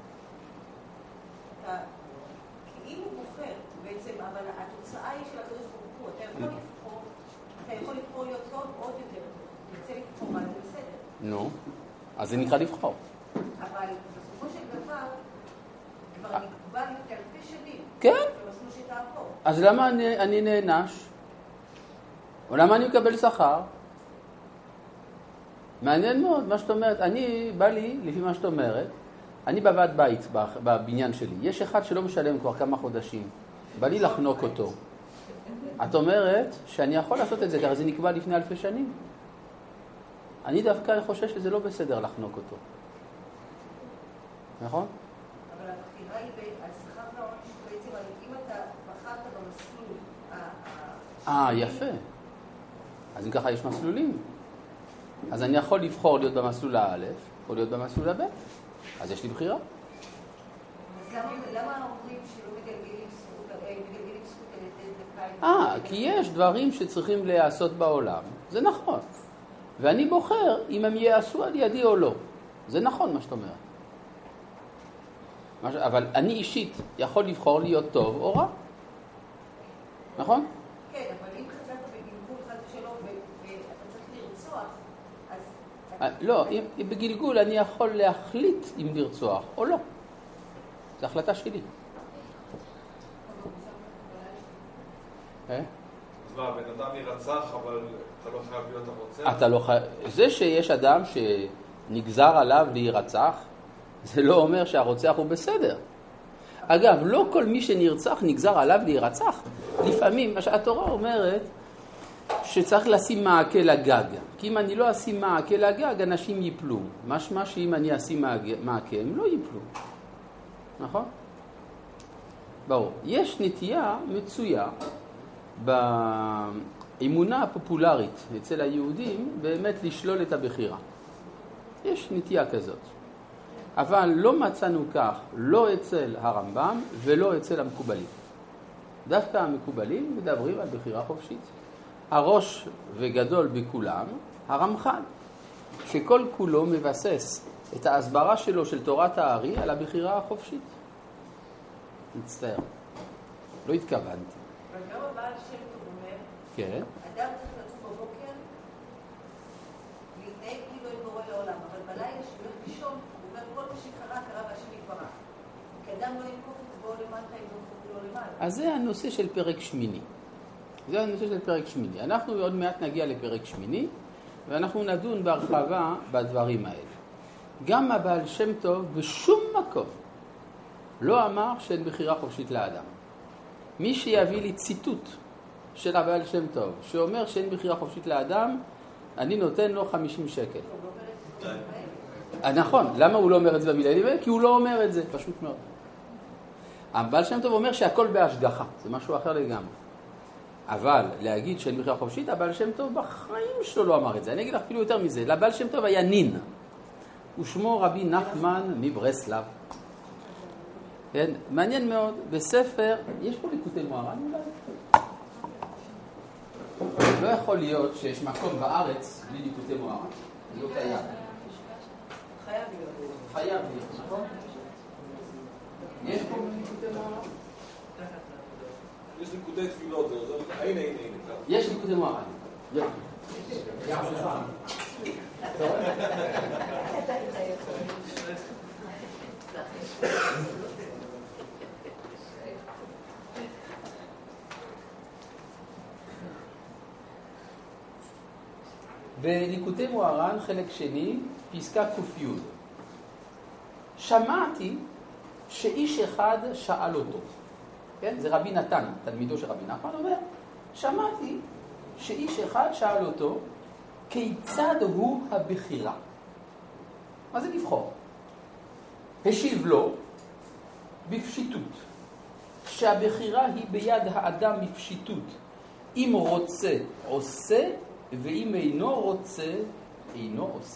כאילו בוחר בעצם, אבל התוצאה היא של הקדוש ברוך הוא. אתה יכול לבחור, אתה יכול לבחור להיות טוב עוד יותר טוב. תרצה לבחור מה זה בסדר. נו, אז זה נקרא לבחור. אבל בסופו של דבר, כבר נקבע לפני אלפי שנים. כן. במסלול שתעבור. אז למה אני, אני נענש? או למה אני מקבל שכר? מעניין מאוד מה שאת אומרת. אני, בא לי, לפי מה שאת אומרת, אני בוועד בית בבניין שלי. יש אחד שלא משלם כבר כמה חודשים. בא לי לחנוק אותו. את אומרת שאני יכול לעשות את זה, כי זה נקבע לפני אלפי שנים. אני דווקא חושש שזה לא בסדר לחנוק אותו. נכון? אבל הבחירה היא בהשכר והעונש בעצם, אם אתה בחרת במסלול... אה, יפה. אז אם ככה יש מסלולים. אז אני יכול לבחור להיות במסלול האלף, או להיות במסלול הבא. אז יש לי בחירה. למה אומרים שלא מגלגלים זכות, מגלגלים זכות על ידי צדקה? אה, כי יש דברים שצריכים להיעשות בעולם, זה נכון. ואני בוחר אם הם יעשו על ידי או לא. זה נכון מה שאת אומרת. אבל אני אישית יכול לבחור להיות טוב או רע. נכון? כן, אבל אם חזרת בגלגול חד ושלום ואתה צריך לרצוח, אז... לא, בגלגול אני יכול להחליט אם לרצוח או לא. זו החלטה שלי. אז מה, בן אדם ירצח, אבל אתה לא חייב להיות הרוצח? אתה לא חייב... זה שיש אדם שנגזר עליו להירצח, זה לא אומר שהרוצח הוא בסדר. אגב, לא כל מי שנרצח נגזר עליו להירצח. לפעמים, התורה אומרת שצריך לשים מעקה לגג. כי אם אני לא אשים מעקה לגג, אנשים ייפלו. משמע שאם אני אשים מעקה, הם לא ייפלו. נכון? ברור. יש נטייה מצויה באמונה הפופולרית אצל היהודים באמת לשלול את הבחירה. יש נטייה כזאת. אבל לא מצאנו כך, לא אצל הרמב"ם ולא אצל המקובלים. דווקא המקובלים מדברים על בחירה חופשית. הראש וגדול בכולם, הרמח"ל, שכל כולו מבסס את ההסברה שלו של תורת הארי על הבחירה החופשית. מצטער. לא התכוונתי. אבל גם הבעל שם טוב אומר, כן. אדם צריך לקום בבוקר, להתנהג כאילו אין בורא לעולם, אבל בלילה שהוא הולך לישון, הוא אומר, כל מה שקרה, קרה והשם יתברך. כי אדם לא ינקוף את בואו למטה, אם לא ינקוף לו למעלה. אז זה הנושא של פרק שמיני. זה הנושא של פרק שמיני. אנחנו עוד מעט נגיע לפרק שמיני, ואנחנו נדון בהרחבה בדברים האלה. גם הבעל שם טוב בשום מקום לא אמר שאין בחירה חופשית לאדם. מי שיביא לי ציטוט של הבעל שם טוב, שאומר שאין בחירה חופשית לאדם, אני נותן לו חמישים שקל. נכון, למה הוא לא אומר את זה במילה ליבה? כי הוא לא אומר את זה, פשוט מאוד. הבעל שם טוב אומר שהכל בהשגחה, זה משהו אחר לגמרי. אבל להגיד שאין בחירה חופשית, הבעל שם טוב בחיים שלו לא אמר את זה. אני אגיד לך אפילו יותר מזה, לבעל שם טוב היה נין. ושמו רבי נחמן מברסלב. כן, מעניין מאוד, בספר, יש פה ליקוטי מוהר"ן אולי? לא יכול להיות שיש מקום בארץ בלי ליקוטי מוהר"ן. זה לא קיים. חייב להיות. חייב להיות, נכון? יש פה ליקוטי מוהר"ן? יש ליקוטי תפילות, זה עוזר. הנה, הנה, הנה. יש ליקוטי מוהר"ן. יופי. בליקוטי מוהר"ן, חלק שני, פסקה ק"י. שמעתי שאיש אחד שאל אותו. כן? זה רבי נתן, תלמידו של רבי נחמן, אומר, שמעתי שאיש אחד שאל אותו, כיצד הוא הבחירה? מה זה לבחור? השיב לו בפשיטות, שהבחירה היא ביד האדם בפשיטות. אם רוצה, עושה, ואם אינו רוצה, אינו עושה.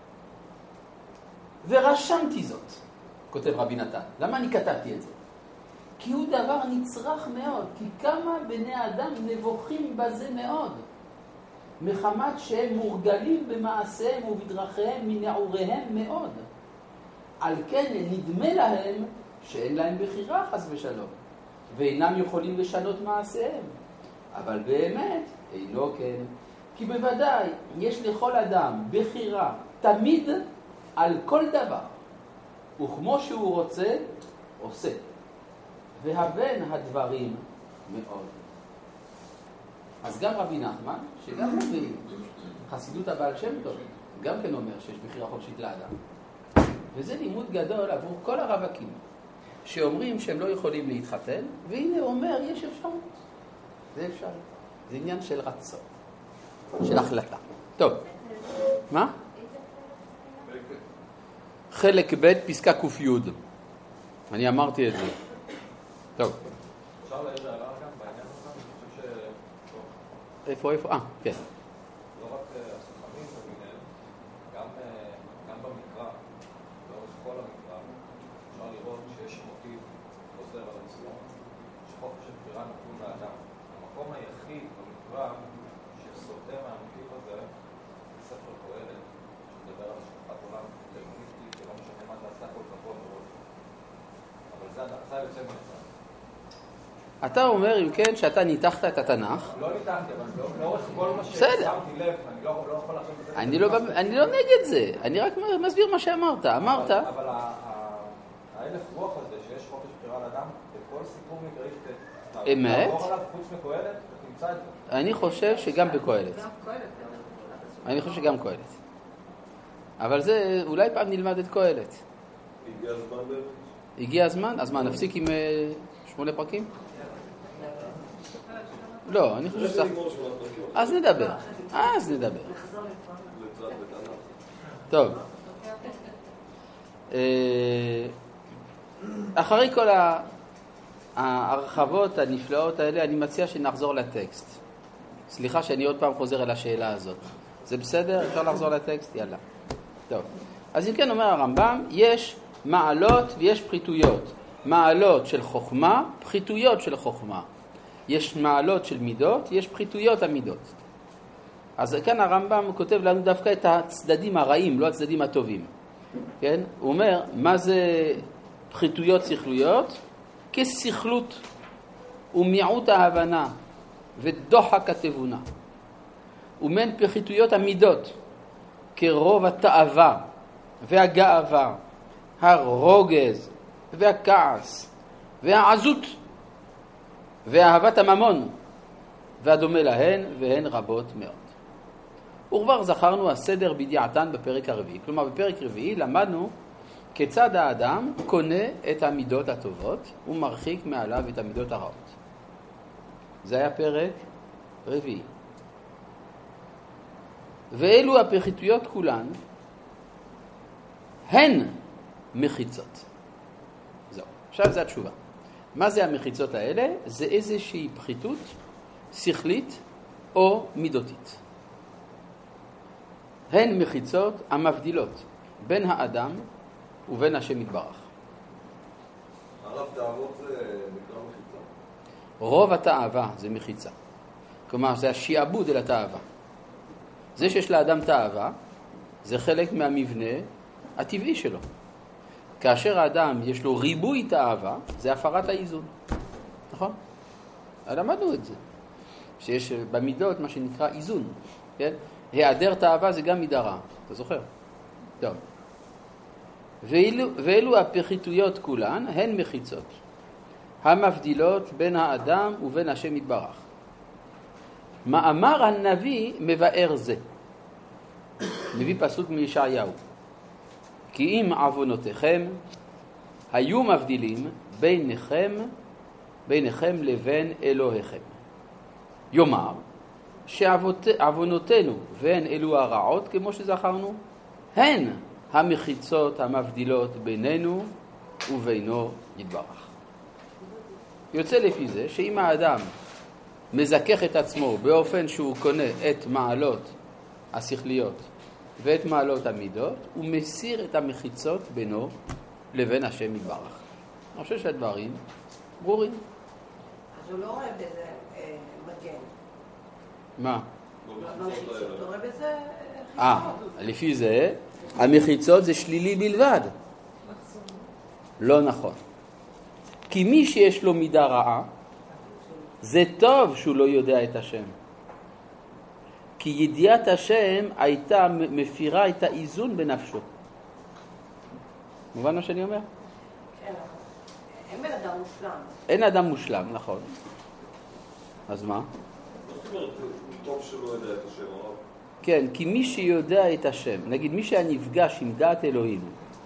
ורשמתי זאת, כותב רבי נתן. למה אני כתבתי את זה? כי הוא דבר נצרך מאוד, כי כמה בני אדם נבוכים בזה מאוד, מחמת שהם מורגלים במעשיהם ובדרכיהם מנעוריהם מאוד. על כן נדמה להם שאין להם בחירה חס ושלום, ואינם יכולים לשנות מעשיהם. אבל באמת אינו כן. כי בוודאי יש לכל אדם בחירה תמיד על כל דבר, וכמו שהוא רוצה, עושה. והבן הדברים מאוד. אז גם רבי נחמן, שגם מבין חסידות הבעל שם טוב, גם כן אומר שיש בחירה חופשית לאדם. וזה לימוד גדול עבור כל הרווקים, שאומרים שהם לא יכולים להתחתן, והנה אומר, יש אפשרות. זה אפשר. זה עניין של רצון, של החלטה. טוב. מה? חלק ב' פסקה ק"י. אני אמרתי את זה. טוב. אפשר להעיר הערה גם בעניין הזה? אני חושב ש... איפה, איפה? אה, כן. לא רק הסוחרים למיניהם, גם במקרא, לאורך כל המקרא, אפשר לראות שיש מוטיב בחירה נתון לאדם. המקום היחיד במקרא שסוטה מהמוטיב הזה, ספר קהלת, שמדבר על השקפת עולם תלמודיסטית, שלא משנה מה תעשה כל כבוד וראש. אבל זה אתה יוצא מהצד. אתה אומר, אם כן, שאתה ניתחת את התנ"ך. לא ניתחתי, אבל לאורך כל מה ששמתי לב, אני לא יכול לחשוב בזה. אני לא נגד זה, אני רק מסביר מה שאמרת. אמרת... אבל ההלך רוח הזה, שיש חופש בחירה לאדם, בכל סיפור מקראי שאתה... אמת? תעבור עליו חוץ מקהלת, ותמצא את זה. אני חושב שגם בקהלת. אני חושב שגם קהלת. אבל זה, אולי פעם נלמד את קהלת. הגיע הזמן באמת. הגיע הזמן? אז מה, נפסיק עם שמונה פרקים? לא, אני חושב שצריך... אז נדבר. אז נדבר. טוב. אחרי כל ההרחבות הנפלאות האלה, אני מציע שנחזור לטקסט. סליחה שאני עוד פעם חוזר אל השאלה הזאת. זה בסדר? אפשר לחזור לטקסט? יאללה. טוב. אז אם כן אומר הרמב"ם, יש מעלות ויש פחיתויות. מעלות של חוכמה, פחיתויות של חוכמה. יש מעלות של מידות, יש פחיתויות המידות. אז כאן הרמב"ם כותב לנו דווקא את הצדדים הרעים, לא הצדדים הטובים. כן? הוא אומר, מה זה פחיתויות שכלויות? כשכלות ומיעוט ההבנה ודוחק התבונה. ומן פחיתויות המידות, כרוב התאווה והגאווה, הרוגז והכעס והעזות ואהבת הממון והדומה להן, והן רבות מאוד. וכבר זכרנו הסדר בדיעתן בפרק הרביעי. כלומר, בפרק רביעי למדנו כיצד האדם קונה את המידות הטובות ומרחיק מעליו את המידות הרעות. זה היה פרק רביעי. ואלו הפחיתויות כולן הן מחיצות. זהו. עכשיו זה התשובה. מה זה המחיצות האלה? זה איזושהי פחיתות שכלית או מידותית. הן מחיצות המבדילות בין האדם ובין השם יתברך. הרב תאוות זה נקרא מחיצה? רוב התאווה זה מחיצה. כלומר, זה השיעבוד אל התאווה. זה שיש לאדם תאווה, זה חלק מהמבנה הטבעי שלו. כאשר האדם יש לו ריבוי תאווה, זה הפרת האיזון. נכון? למדנו את זה. שיש במידות מה שנקרא איזון. כן? היעדר תאווה זה גם מידה רעה. אתה זוכר? טוב. ואלו, ואלו הפחיתויות כולן הן מחיצות, המבדילות בין האדם ובין השם יתברך. מאמר הנביא מבאר זה. מביא פסוק מישעיהו. כי אם עוונותיכם היו מבדילים ביניכם, ביניכם לבין אלוהיכם. יאמר שעוונותינו והן אלו הרעות, כמו שזכרנו, הן המחיצות המבדילות בינינו ובינו יתברך. יוצא לפי זה שאם האדם מזכך את עצמו באופן שהוא קונה את מעלות השכליות ואת מעלות המידות, הוא מסיר את המחיצות בינו לבין השם יתברך. אני חושב שהדברים ברורים. אז הוא לא רואה בזה מגן. מה? במחיצות, הוא רואה בזה... אה, לפי זה, המחיצות זה שלילי בלבד. לא נכון. כי מי שיש לו מידה רעה, זה טוב שהוא לא יודע את השם. כי ידיעת השם הייתה מפירה את האיזון בנפשו. מובן מה שאני אומר? כן, אין בן אדם מושלם. אין אדם מושלם, נכון. אז מה? זאת אומרת, טוב שלא יודע את השם הרב. כן, כי מי שיודע את השם, נגיד מי שהנפגש עם דעת אלוהים,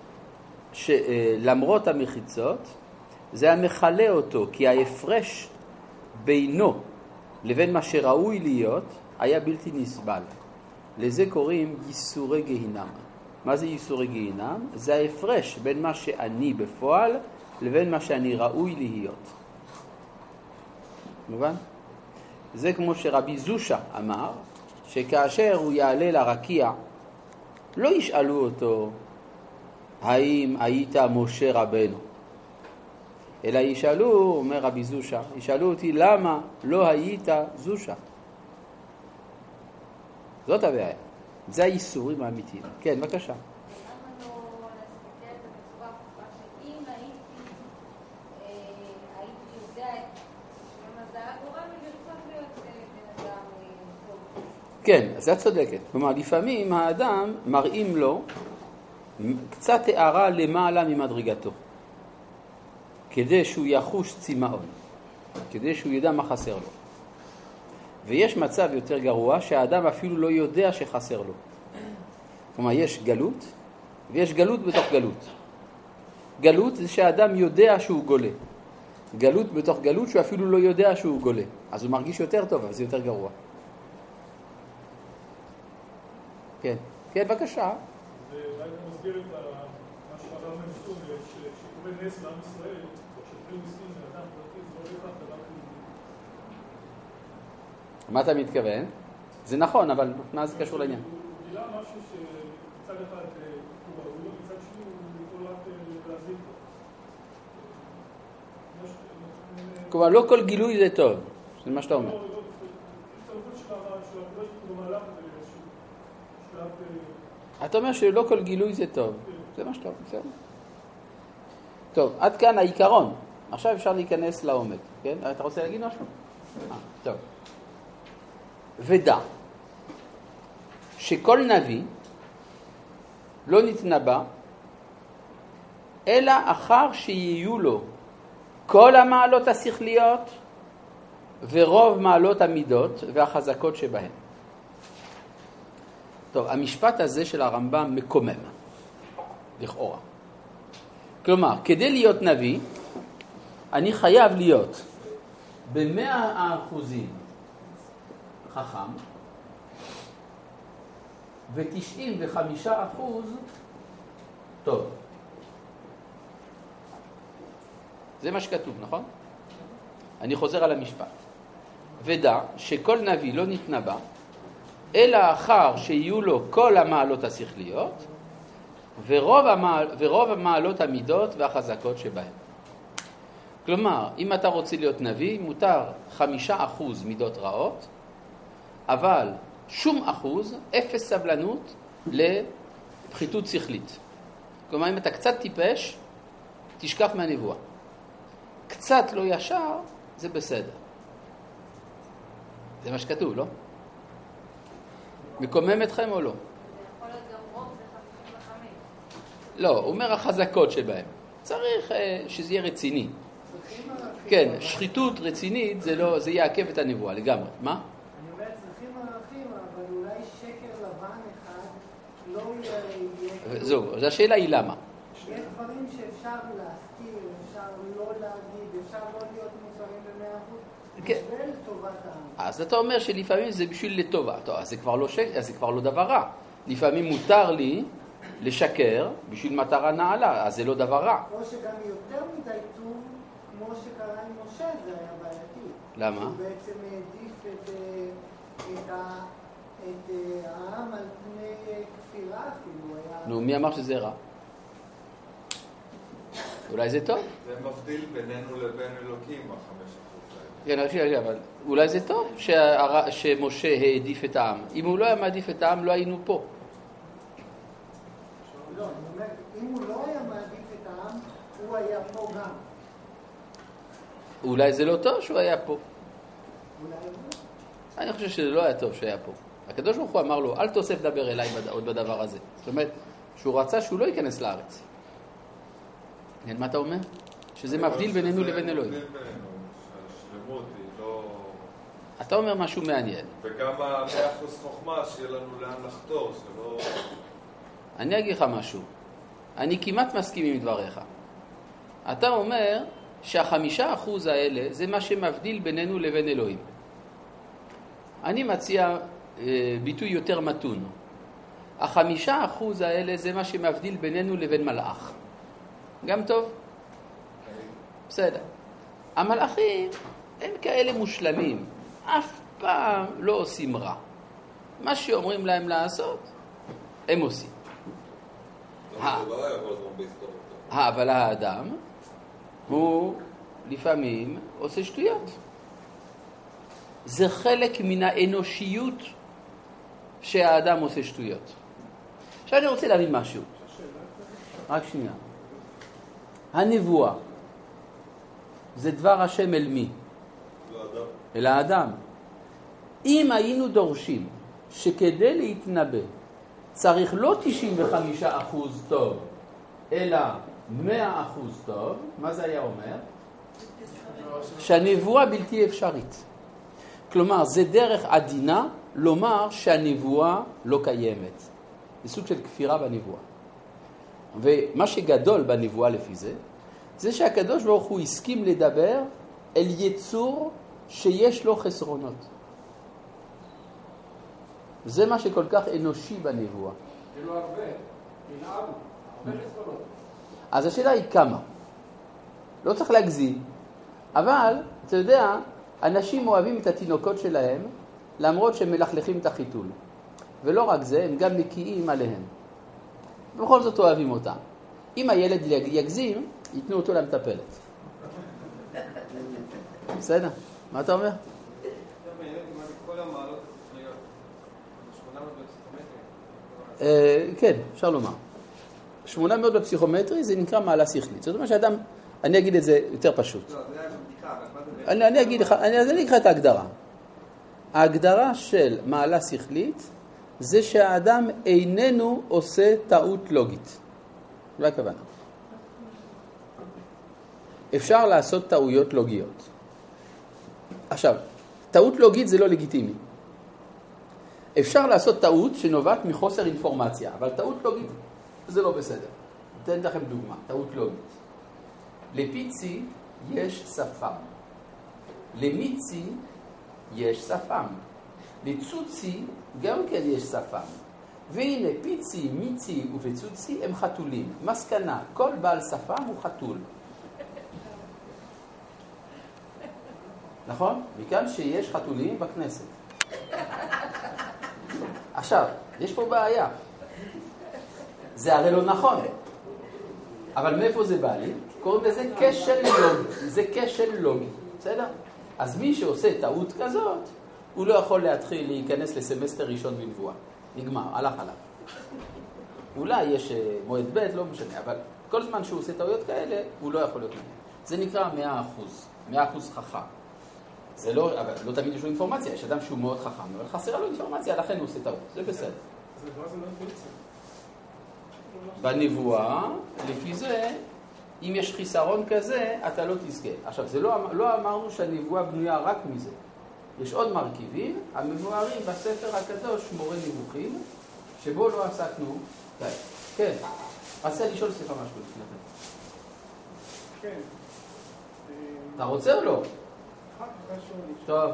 שלמרות המחיצות, זה המחלה אותו, כי ההפרש בינו לבין מה שראוי להיות, היה בלתי נסבל. לזה קוראים ייסורי גהינם. מה זה ייסורי גהינם? זה ההפרש בין מה שאני בפועל לבין מה שאני ראוי להיות. מובן? זה כמו שרבי זושה אמר, שכאשר הוא יעלה לרקיע, לא ישאלו אותו, האם היית משה רבנו? אלא ישאלו, אומר רבי זושה, ישאלו אותי למה לא היית זושה. זאת הבעיה. זה האיסורים האמיתיים. כן, בבקשה. למה לא להסתכל על זה בצורה הפוכה, שאם הייתי, הייתי יודע את שם הזה הגורם, לרצות להיות בן אדם טוב. כן, אז את צודקת. כלומר, לפעמים האדם מראים לו קצת הערה למעלה ממדרגתו, כדי שהוא יחוש צימאון, כדי שהוא ידע מה חסר לו. ויש מצב יותר גרוע שהאדם אפילו לא יודע שחסר לו. כלומר, יש גלות, ויש גלות בתוך גלות. גלות זה שהאדם יודע שהוא גולה. גלות בתוך גלות שהוא אפילו לא יודע שהוא גולה. אז הוא מרגיש יותר טוב, אבל זה יותר גרוע. כן, כן, בבקשה. ואולי אתה מסביר את מה שהרב מנסון, שקורה נס לעם ישראל, או שפרי ניסים לאדם פרטי, זה לא בהכרח דבר חיובי. מה אתה מתכוון? זה נכון, אבל מה זה קשור לעניין? הוא גילה משהו שמצד אחד הוא ראוי, מצד שני הוא יכול רק להזיק לו. כלומר, לא כל גילוי זה טוב, זה מה שאתה אומר. לא, לא, התערבות של הקדוש במהלך הזה לאיזשהו שלב... אתה אומר שלא כל גילוי זה טוב, זה מה שאתה אומר, בסדר? טוב, עד כאן העיקרון. עכשיו אפשר להיכנס לעומק, כן? אתה רוצה להגיד משהו? אה, טוב. ודע שכל נביא לא נתנבא אלא אחר שיהיו לו כל המעלות השכליות ורוב מעלות המידות והחזקות שבהן. טוב, המשפט הזה של הרמב"ם מקומם, לכאורה. כלומר, כדי להיות נביא, אני חייב להיות במאה האחוזים חכם, ו-תשעים וחמישה אחוז טוב. זה מה שכתוב, נכון? אני חוזר על המשפט. ודע שכל נביא לא נתנבא, אלא אחר שיהיו לו כל המעלות השכליות, ורוב, המעל, ורוב המעלות המידות והחזקות שבהם. כלומר, אם אתה רוצה להיות נביא, מותר חמישה אחוז מידות רעות, אבל שום אחוז, אפס סבלנות לפחיתות שכלית. כלומר, אם אתה קצת טיפש, תשכח מהנבואה. קצת לא ישר, זה בסדר. זה מה שכתוב, לא? מקומם אתכם או לא? זה יכול להיות גם רוב, זה חמישים וחמש. לא, הוא אומר החזקות שבהם. צריך אה, שזה יהיה רציני. כן, שחיתות רצינית זה לא, זה יעכב את הנבואה לגמרי. מה? אני אומר, צריכים ערכים, אבל אולי שקר לבן אחד לא יהיה... זהו, אז השאלה היא למה. יש דברים שאפשר להסתיר, אפשר לא להגיד, אפשר לא להיות מוצרים במאה אחוז, בשביל טובת העם. אז אתה אומר שלפעמים זה בשביל לטובה. טוב, אז זה כבר לא שקר, אז זה כבר לא דבר רע. לפעמים מותר לי לשקר בשביל מטרה נעלה, אז זה לא דבר רע. או שגם יותר מדי טוב, כמו שקרה עם משה, זה היה בעייתי. למה? הוא בעצם העדיף את, את, ה, את העם על פני כפירה אפילו. היה... נו, מי אמר שזה רע? אולי זה טוב? זה מבדיל בינינו לבין אלוקים, החמש אחוז האלה. כן, רגע, רגע, אבל אולי זה טוב שהר... שמשה העדיף את העם. אם הוא לא היה מעדיף את העם, לא היינו פה. לא, אני אומר, אם הוא לא היה מעדיף את העם, הוא היה פה גם. אולי זה לא טוב שהוא היה פה. אולי לא. אני חושב שזה לא היה טוב שהיה פה. הקדוש ברוך הוא אמר לו, אל תוסף דבר אליי עוד בדבר הזה. זאת אומרת, שהוא רצה שהוא לא ייכנס לארץ. כן, מה אתה אומר? שזה מבדיל בינינו לבין אלוהים. השלמות היא לא... אתה אומר משהו מעניין. וגם המאה אחוז חוכמה שיהיה לנו לאן לחתור, שלא... אני אגיד לך משהו. אני כמעט מסכים עם דבריך. אתה אומר שהחמישה אחוז האלה זה מה שמבדיל בינינו לבין אלוהים. אני מציע אה, ביטוי יותר מתון. החמישה אחוז האלה זה מה שמבדיל בינינו לבין מלאך. גם טוב? בסדר. המלאכים הם כאלה מושלמים. אף פעם לא עושים רע. מה שאומרים להם לעשות, הם עושים. אבל האדם הוא לפעמים עושה שטויות. זה חלק מן האנושיות שהאדם עושה שטויות. עכשיו אני רוצה להבין משהו. רק שנייה. הנבואה זה דבר השם אל מי? אל האדם. אם היינו דורשים שכדי להתנבא צריך לא תשעים וחמישה אחוז טוב, אלא מאה אחוז טוב, מה זה היה אומר? שהנבואה בלתי אפשרית. כלומר, זה דרך עדינה לומר שהנבואה לא קיימת. זה סוג של כפירה בנבואה. ומה שגדול בנבואה לפי זה, זה שהקדוש ברוך הוא הסכים לדבר אל יצור שיש לו חסרונות. זה מה שכל כך אנושי בנבואה. זה לא הרבה, ננעם, הרבה חסרונות. אז השאלה היא כמה. לא צריך להגזים, אבל, אתה יודע, אנשים אוהבים את התינוקות שלהם, למרות שהם מלכלכים את החיתול. ולא רק זה, הם גם נקיים עליהם. בכל זאת אוהבים אותם. אם הילד יגזים, ייתנו אותו למטפלת. בסדר? מה אתה אומר? כן, אפשר לומר. שמונה מאות בפסיכומטרי זה נקרא מעלה שכלית. זאת אומרת שאדם, אני אגיד את זה יותר פשוט. אני אגיד לך, אני אקרא את ההגדרה. ההגדרה של מעלה שכלית זה שהאדם איננו עושה טעות לוגית. לא הכוונה. אפשר לעשות טעויות לוגיות. עכשיו, טעות לוגית זה לא לגיטימי. אפשר לעשות טעות שנובעת מחוסר אינפורמציה, אבל טעות לוגית זה לא בסדר. אתן לכם דוגמה, טעות לוגית. לפיצי יש שפם. למיצי יש שפם. לצוצי גם כן יש שפם. והנה פיצי, מיצי ופצוצי הם חתולים. מסקנה, כל בעל שפם הוא חתול. נכון? מכאן שיש חתולים בכנסת. עכשיו, יש פה בעיה. זה הרי לא נכון. אבל מאיפה זה בא לי? קוראים לזה כשל לוגי. זה כשל לוגי. בסדר? אז מי שעושה טעות כזאת, הוא לא יכול להתחיל להיכנס לסמסטר ראשון בנבואה. נגמר, הלך עליו. אולי יש מועד ב', לא משנה, אבל כל זמן שהוא עושה טעויות כאלה, הוא לא יכול להיות מנהל. זה נקרא מאה אחוז. מאה אחוז חכם. זה לא, אבל לא תמיד יש לו אינפורמציה. יש אדם שהוא מאוד חכם, אבל חסרה לו אינפורמציה, לכן הוא עושה טעות. זה בסדר. זה לא, זה לא אינטואיציה. בנבואה, לפי זה, אם יש חיסרון כזה, אתה לא תזכה. עכשיו, זה לא, לא אמרנו שהנבואה בנויה רק מזה. יש עוד מרכיבים, המבוארים בספר הקדוש מורה נבוכים, שבו לא עסקנו. כן, רצה לשאול סליחה משהו לפניכם. כן. אתה רוצה או לא? טוב.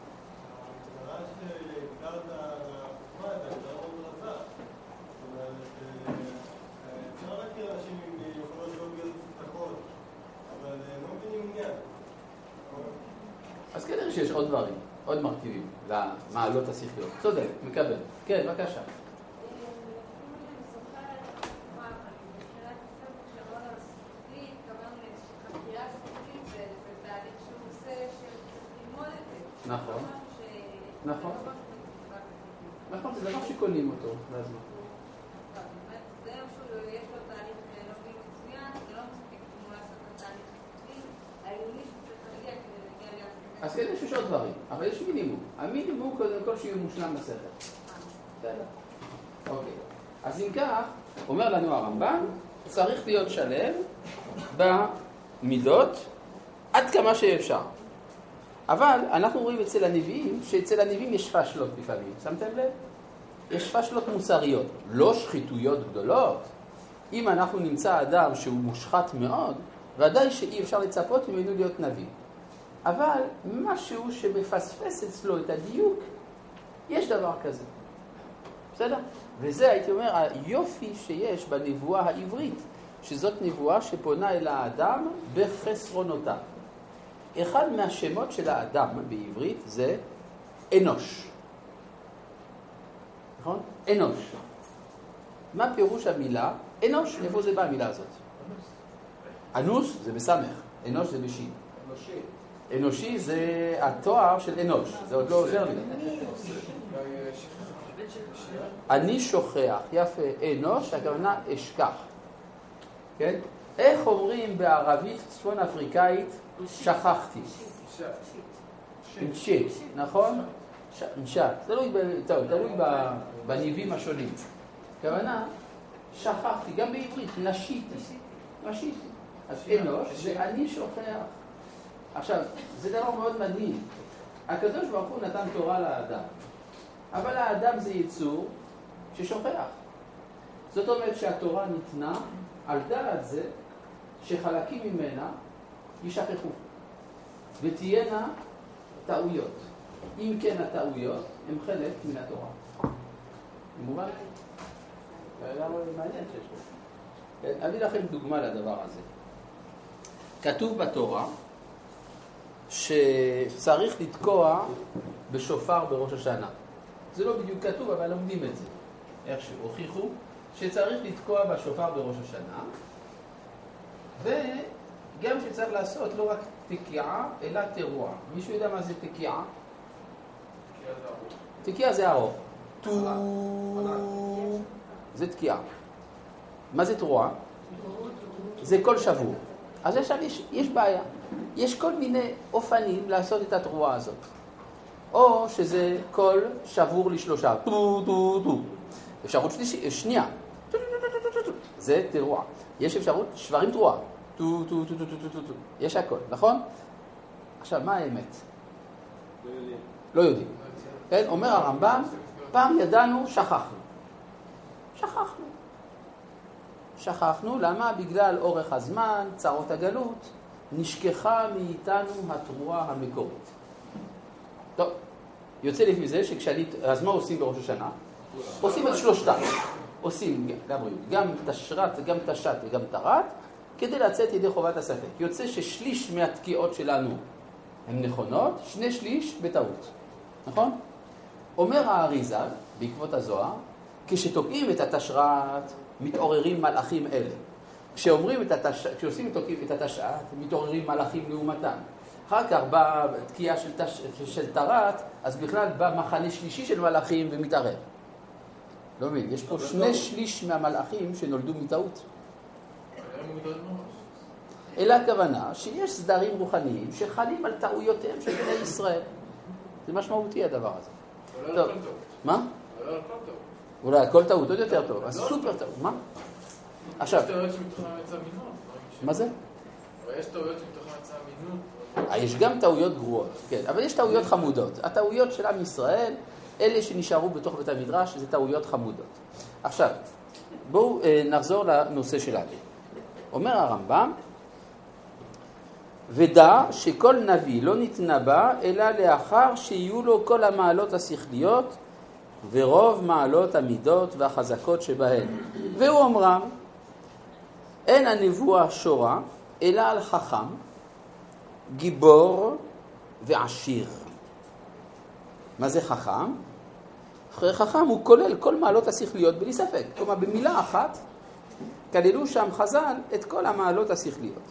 אז כנראה שיש עוד דברים, עוד מרכיבים למעלות השכליות. צודק, מקבל. כן, בבקשה. נכון. נכון. נכון, זה דבר שקונים אותו. לעזור. זה משהו, יש לו תהליך לא בי מצוין, זה לא מספיק כמו לעשות את התהליך שכלי, העיוני שצריך להגיע כדי להגיע להסקה. אז כן, יש עוד דברים, אבל יש מינימום. המינימום קודם כל שיהיה מושלם בסדר. בסדר. אוקיי. אז אם כך, אומר לנו הרמב"ם, צריך להיות שלם במידות עד כמה שאפשר. אבל אנחנו רואים אצל הנביאים, שאצל הנביאים יש פשלות לפעמים. שמתם לב? יש פשלות מוסריות, לא שחיתויות גדולות. אם אנחנו נמצא אדם שהוא מושחת מאוד, ודאי שאי אפשר לצפות ממנו להיות נביא. אבל משהו שמפספס אצלו את הדיוק, יש דבר כזה. בסדר? וזה, הייתי אומר, היופי שיש בנבואה העברית, שזאת נבואה שפונה אל האדם בחסרונותיו. אחד מהשמות של האדם בעברית זה אנוש. נכון? אנוש. מה פירוש המילה? אנוש, איפה זה בא המילה הזאת? אנוס זה בסמך, אנוש זה בשין. אנושי. אנושי זה התואר של אנוש, זה עוד לא עוזר לי. אני שוכח, יפה, אנוש, הכוונה אשכח. כן? איך אומרים בערבית צפון אפריקאית שכחתי? שיט, נכון? שיט, תלוי בניבים השונים. הכוונה, שכחתי, גם בעברית, נשיתי, נשיתי. אז אנוש זה אני שוכח. עכשיו, זה דבר מאוד מדהים. הקדוש ברוך הוא נתן תורה לאדם, אבל האדם זה יצור ששוכח. זאת אומרת שהתורה ניתנה על דעת זה שחלקים ממנה ישכחו ותהיינה טעויות. אם כן הטעויות הם חלק מן התורה. מובן? זה מעניין שיש פה. אביא לכם דוגמה לדבר הזה. כתוב בתורה שצריך לתקוע בשופר בראש השנה. זה לא בדיוק כתוב, אבל לומדים את זה. איך שהוכיחו שצריך לתקוע בשופר בראש השנה, וגם שצריך לעשות לא רק תקיעה, אלא תרועה. מישהו יודע מה זה תקיעה? תקיעה זה ארוך. טו... זה תקיעה. מה זה תרועה? זה כל שבוע. אז עכשיו יש, יש בעיה. יש כל מיני אופנים לעשות את התרועה הזאת. או שזה כל שבור לשלושה. טו, טו, טו. אפשרות שלישי, שנייה. זה תרועה. יש אפשרות שברים תרועה. טו, טו, טו, טו, טו, טו, טו. יש הכל, נכון? עכשיו, מה האמת? לא יודעים. לא יודעים. כן? אומר הרמב"ם, פעם ידענו, שכחנו. שכחנו. שכחנו, למה? בגלל אורך הזמן, צרות הגלות, נשכחה מאיתנו התרועה המקורית. טוב, יוצא לפי זה שכשאני, אז מה עושים בראש השנה? עושים את שלושתם. עושים גם, גם תשרת, גם תשת וגם תרת, כדי לצאת ידי חובת הספק. יוצא ששליש מהתקיעות שלנו הן נכונות, שני שליש בטעות. נכון? אומר האריז"ל, בעקבות הזוהר, כשתוקעים את התשרת, מתעוררים מלאכים אלה. כשאומרים את התש... כשעושים את התשעת, מתעוררים מלאכים לעומתם. אחר כך באה תקיעה של, תש... של תרת, אז בכלל בא מחנה שלישי של מלאכים ומתערב. לא מבין, יש פה שני שליש מהמלאכים שנולדו מטעות. אלא הכוונה שיש סדרים רוחניים שחלים על טעויותיהם של בני ישראל. זה משמעותי הדבר הזה. טוב, מה? אולי על כל טעות, עוד יותר טוב. אז סופר טעות, מה? עכשיו, יש טעויות שמתוכן יצא מינות. מה זה? אבל יש טעויות שמתוכן יצא מינות. יש גם טעויות גרועות, כן, אבל יש טעויות חמודות. הטעויות של עם ישראל, אלה שנשארו בתוך בית המדרש, זה טעויות חמודות. עכשיו, בואו נחזור לנושא שלנו. אומר הרמב"ם, ודע שכל נביא לא נתנבא, אלא לאחר שיהיו לו כל המעלות השכליות, ורוב מעלות המידות והחזקות שבהן. והוא אומרם, אין הנבואה שורה, אלא על חכם, גיבור ועשיר. מה זה חכם? חכם הוא כולל כל מעלות השכליות בלי ספק. כלומר, במילה אחת, כללו שם חז"ל את כל המעלות השכליות.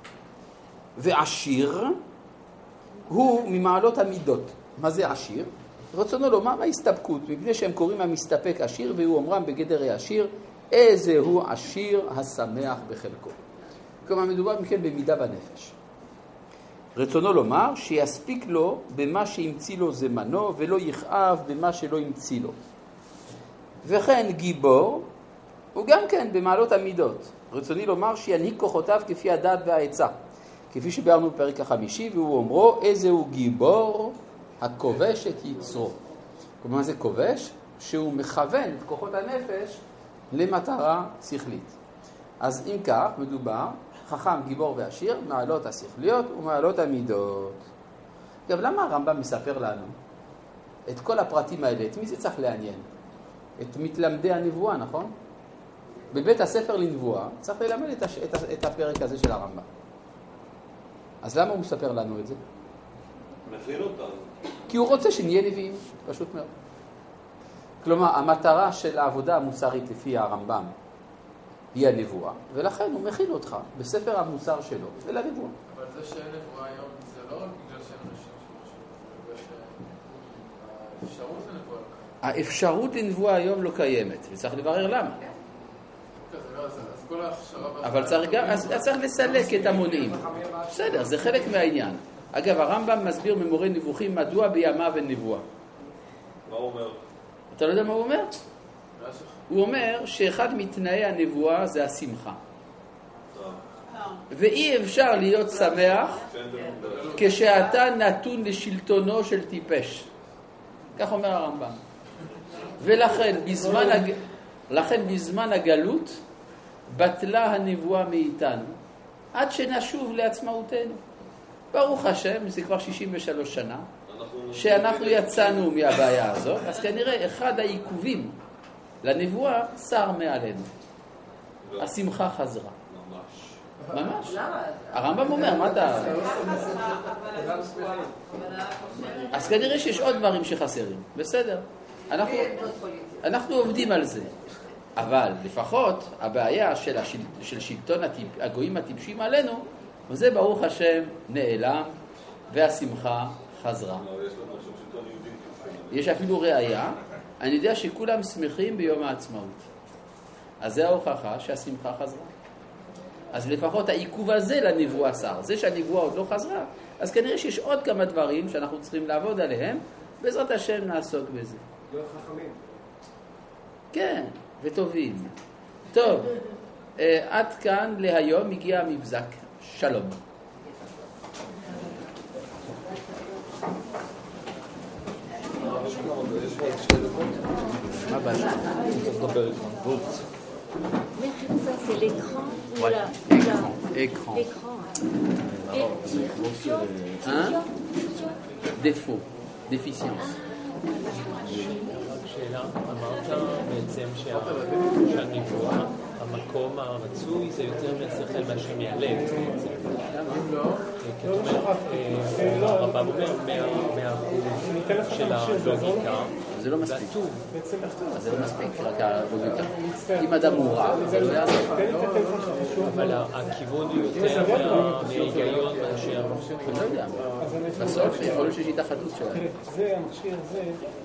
ועשיר הוא ממעלות המידות. מה זה עשיר? רצונו לומר ההסתפקות, מפני שהם קוראים המסתפק עשיר, והוא אומרם בגדר העשיר, איזה הוא עשיר השמח בחלקו. כלומר, מדובר מכן במידה בנפש. רצונו לומר שיספיק לו במה שהמציא לו זמנו, ולא יכאב במה שלא המציא לו. וכן גיבור, הוא גם כן במעלות המידות. רצוני לומר שינהיג כוחותיו כפי הדעת והעצה. כפי שביארנו בפרק החמישי, והוא אומרו, איזה הוא גיבור הכובש את יצרו. כלומר, מה זה כובש? שהוא מכוון את כוחות הנפש למטרה שכלית. אז אם כך, מדובר, חכם, גיבור ועשיר, מעלות השכליות ומעלות המידות. גם למה הרמב"ם מספר לנו את כל הפרטים האלה? את מי זה צריך לעניין? את מתלמדי הנבואה, נכון? בבית הספר לנבואה צריך ללמד את, הש... את, את הפרק הזה של הרמב"ם. אז למה הוא מספר לנו את זה? מכין אותנו. כי הוא רוצה שנהיה נביאים, פשוט מאוד. כלומר, המטרה של העבודה המוסרית לפי הרמב"ם היא הנבואה, ולכן הוא מכין אותך בספר המוסר שלו ולנבואה. אבל זה שאין נבואה היום, זה לא רק בגלל שאין אנשים שבגלל שהאפשרות לנבואה לא קיימת. האפשרות לנבואה היום לא קיימת, וצריך לברר למה. אבל צריך גם, אז צריך לסלק את המונעים. בסדר, זה חלק מהעניין. אגב, הרמב"ם מסביר ממורה נבוכים מדוע בימיו אין נבואה. מה הוא אומר? אתה לא יודע מה הוא אומר? הוא אומר שאחד מתנאי הנבואה זה השמחה. ואי אפשר להיות שמח כשאתה נתון לשלטונו של טיפש. כך אומר הרמב"ם. ולכן בזמן, הג... לכן בזמן הגלות בטלה הנבואה מאיתנו עד שנשוב לעצמאותנו. ברוך השם, זה כבר שישים ושלוש שנה שאנחנו יצאנו מהבעיה הזאת, אז כנראה אחד העיכובים לנבואה שר מעלינו. השמחה חזרה. ממש. הרמב"ם אומר, מה אתה... אז כנראה שיש עוד דברים שחסרים. בסדר. אנחנו, אנחנו עובדים על זה. אבל לפחות הבעיה של, השל, של שלטון הטיפ, הגויים הטיפשים עלינו, וזה ברוך השם נעלם, והשמחה חזרה. יש אפילו ראיה, אני יודע שכולם שמחים ביום העצמאות. אז זה ההוכחה שהשמחה חזרה. אז לפחות העיכוב הזה לנבואה שר. זה שהנבואה עוד לא חזרה, אז כנראה שיש עוד כמה דברים שאנחנו צריכים לעבוד עליהם, בעזרת השם נעסוק בזה. להיות חכמים. כן, וטובים. טוב, עד כאן להיום הגיע המבזק. שלום. מה הבא? Mais ça, c'est l'écran ou Ouais, la... écran, la- écran. L'écran. Et fusion, Hein? fusion, fusion. défaut, déficience. שאלה, אמרת בעצם שה- שהנבואה, המקום הרצוי זה יותר מהשכל מאשר מהלב בעצם. כי זאת אומרת, אה, הרמב"ם אומר מהאחוז של הלוגיקה, זה לא מספיק. והטוב. אז זה לא מספיק, רק הלוגיקה. אם אדם הוא רע, זה לא יעזור. אבל הכיוון הוא יותר מה- מההיגיון מאשר... אני לא יודע. בסוף יכול להיות שיש התאחדות שלהם. זה המכשיר, זה...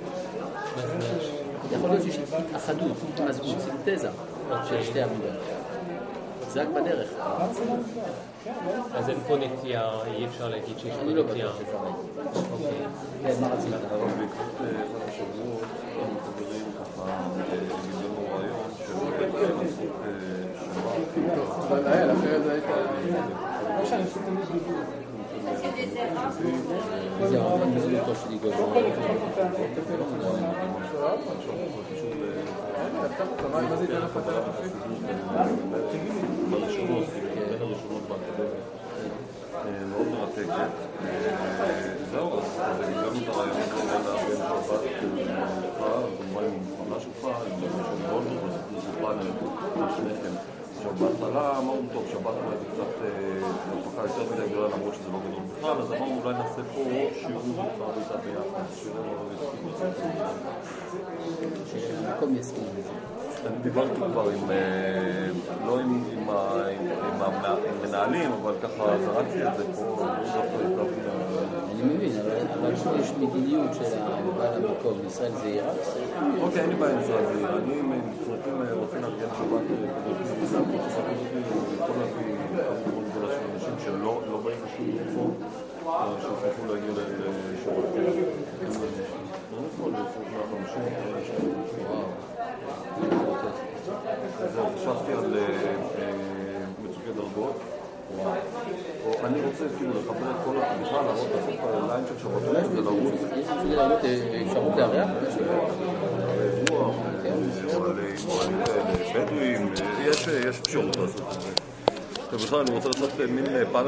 יכול להיות שיש התאחדות, התמזגות, סינתזה של שתי עמודות. זה רק בדרך. אז אין פה נטייה, אי אפשר להגיד שיש פה אני לא נטייה. בטוח שאפשר להגיד. כן, מה רצית? אבל בעקבות אחד השבועות, כמה חברים ככה גילינו רעיון שלא בעצם לעשות שבת. אבל היה, אחרת זה הייתה... לא שאני עושה תמיד בדיוק. זה הרמב"ם בזכותו של יגאל. מה זה ייתן לך את הרפית? בין הראשונות באקדמיה. מאוד מרתקת. זהו, אז הגענו את הרעיון הזה בין שבת למנוחה, כמובן עם מוכנה שלך, עם משהו מאוד מוזיפני, שניכם. עכשיו, בהתחלה אמרנו, טוב, שבת אולי זה קצת הפקה יותר מדי גדולה, למרות שזה לא גדול בכלל, אז אמרנו, אולי נעשה פה שיעור בכלל איתה ביחד, שיעור לא יסכים. שהמקום יסכים לזה. אני דיברתי כבר עם, לא עם המנהלים, אבל ככה זרקתי את זה פה, אני מבין, אבל יש מדיניות של בעל המקום, ישראל זה עירה? אוקיי, אין לי בעיה עם ישראל זה עירה. אני מבחינתים רוצים להגיע לשבת כדי שבת יכול להביא כמובן גדולה של אנשים שלא באים לשום מקום, שיפתחו להגיע לשבת. לא נפול לפחות מהחמישים. זהו, חשבתי על מצוקי דרגות. אני רוצה כאילו לחבר את כל בכלל, להראות לעשות ליין של שבתות ולרוץ. יש מצוקי דרגות אפשרות לארח? רוח, בדואים, יש אפשרות לעשות את זה. ובכלל אני רוצה לעשות מין פאנל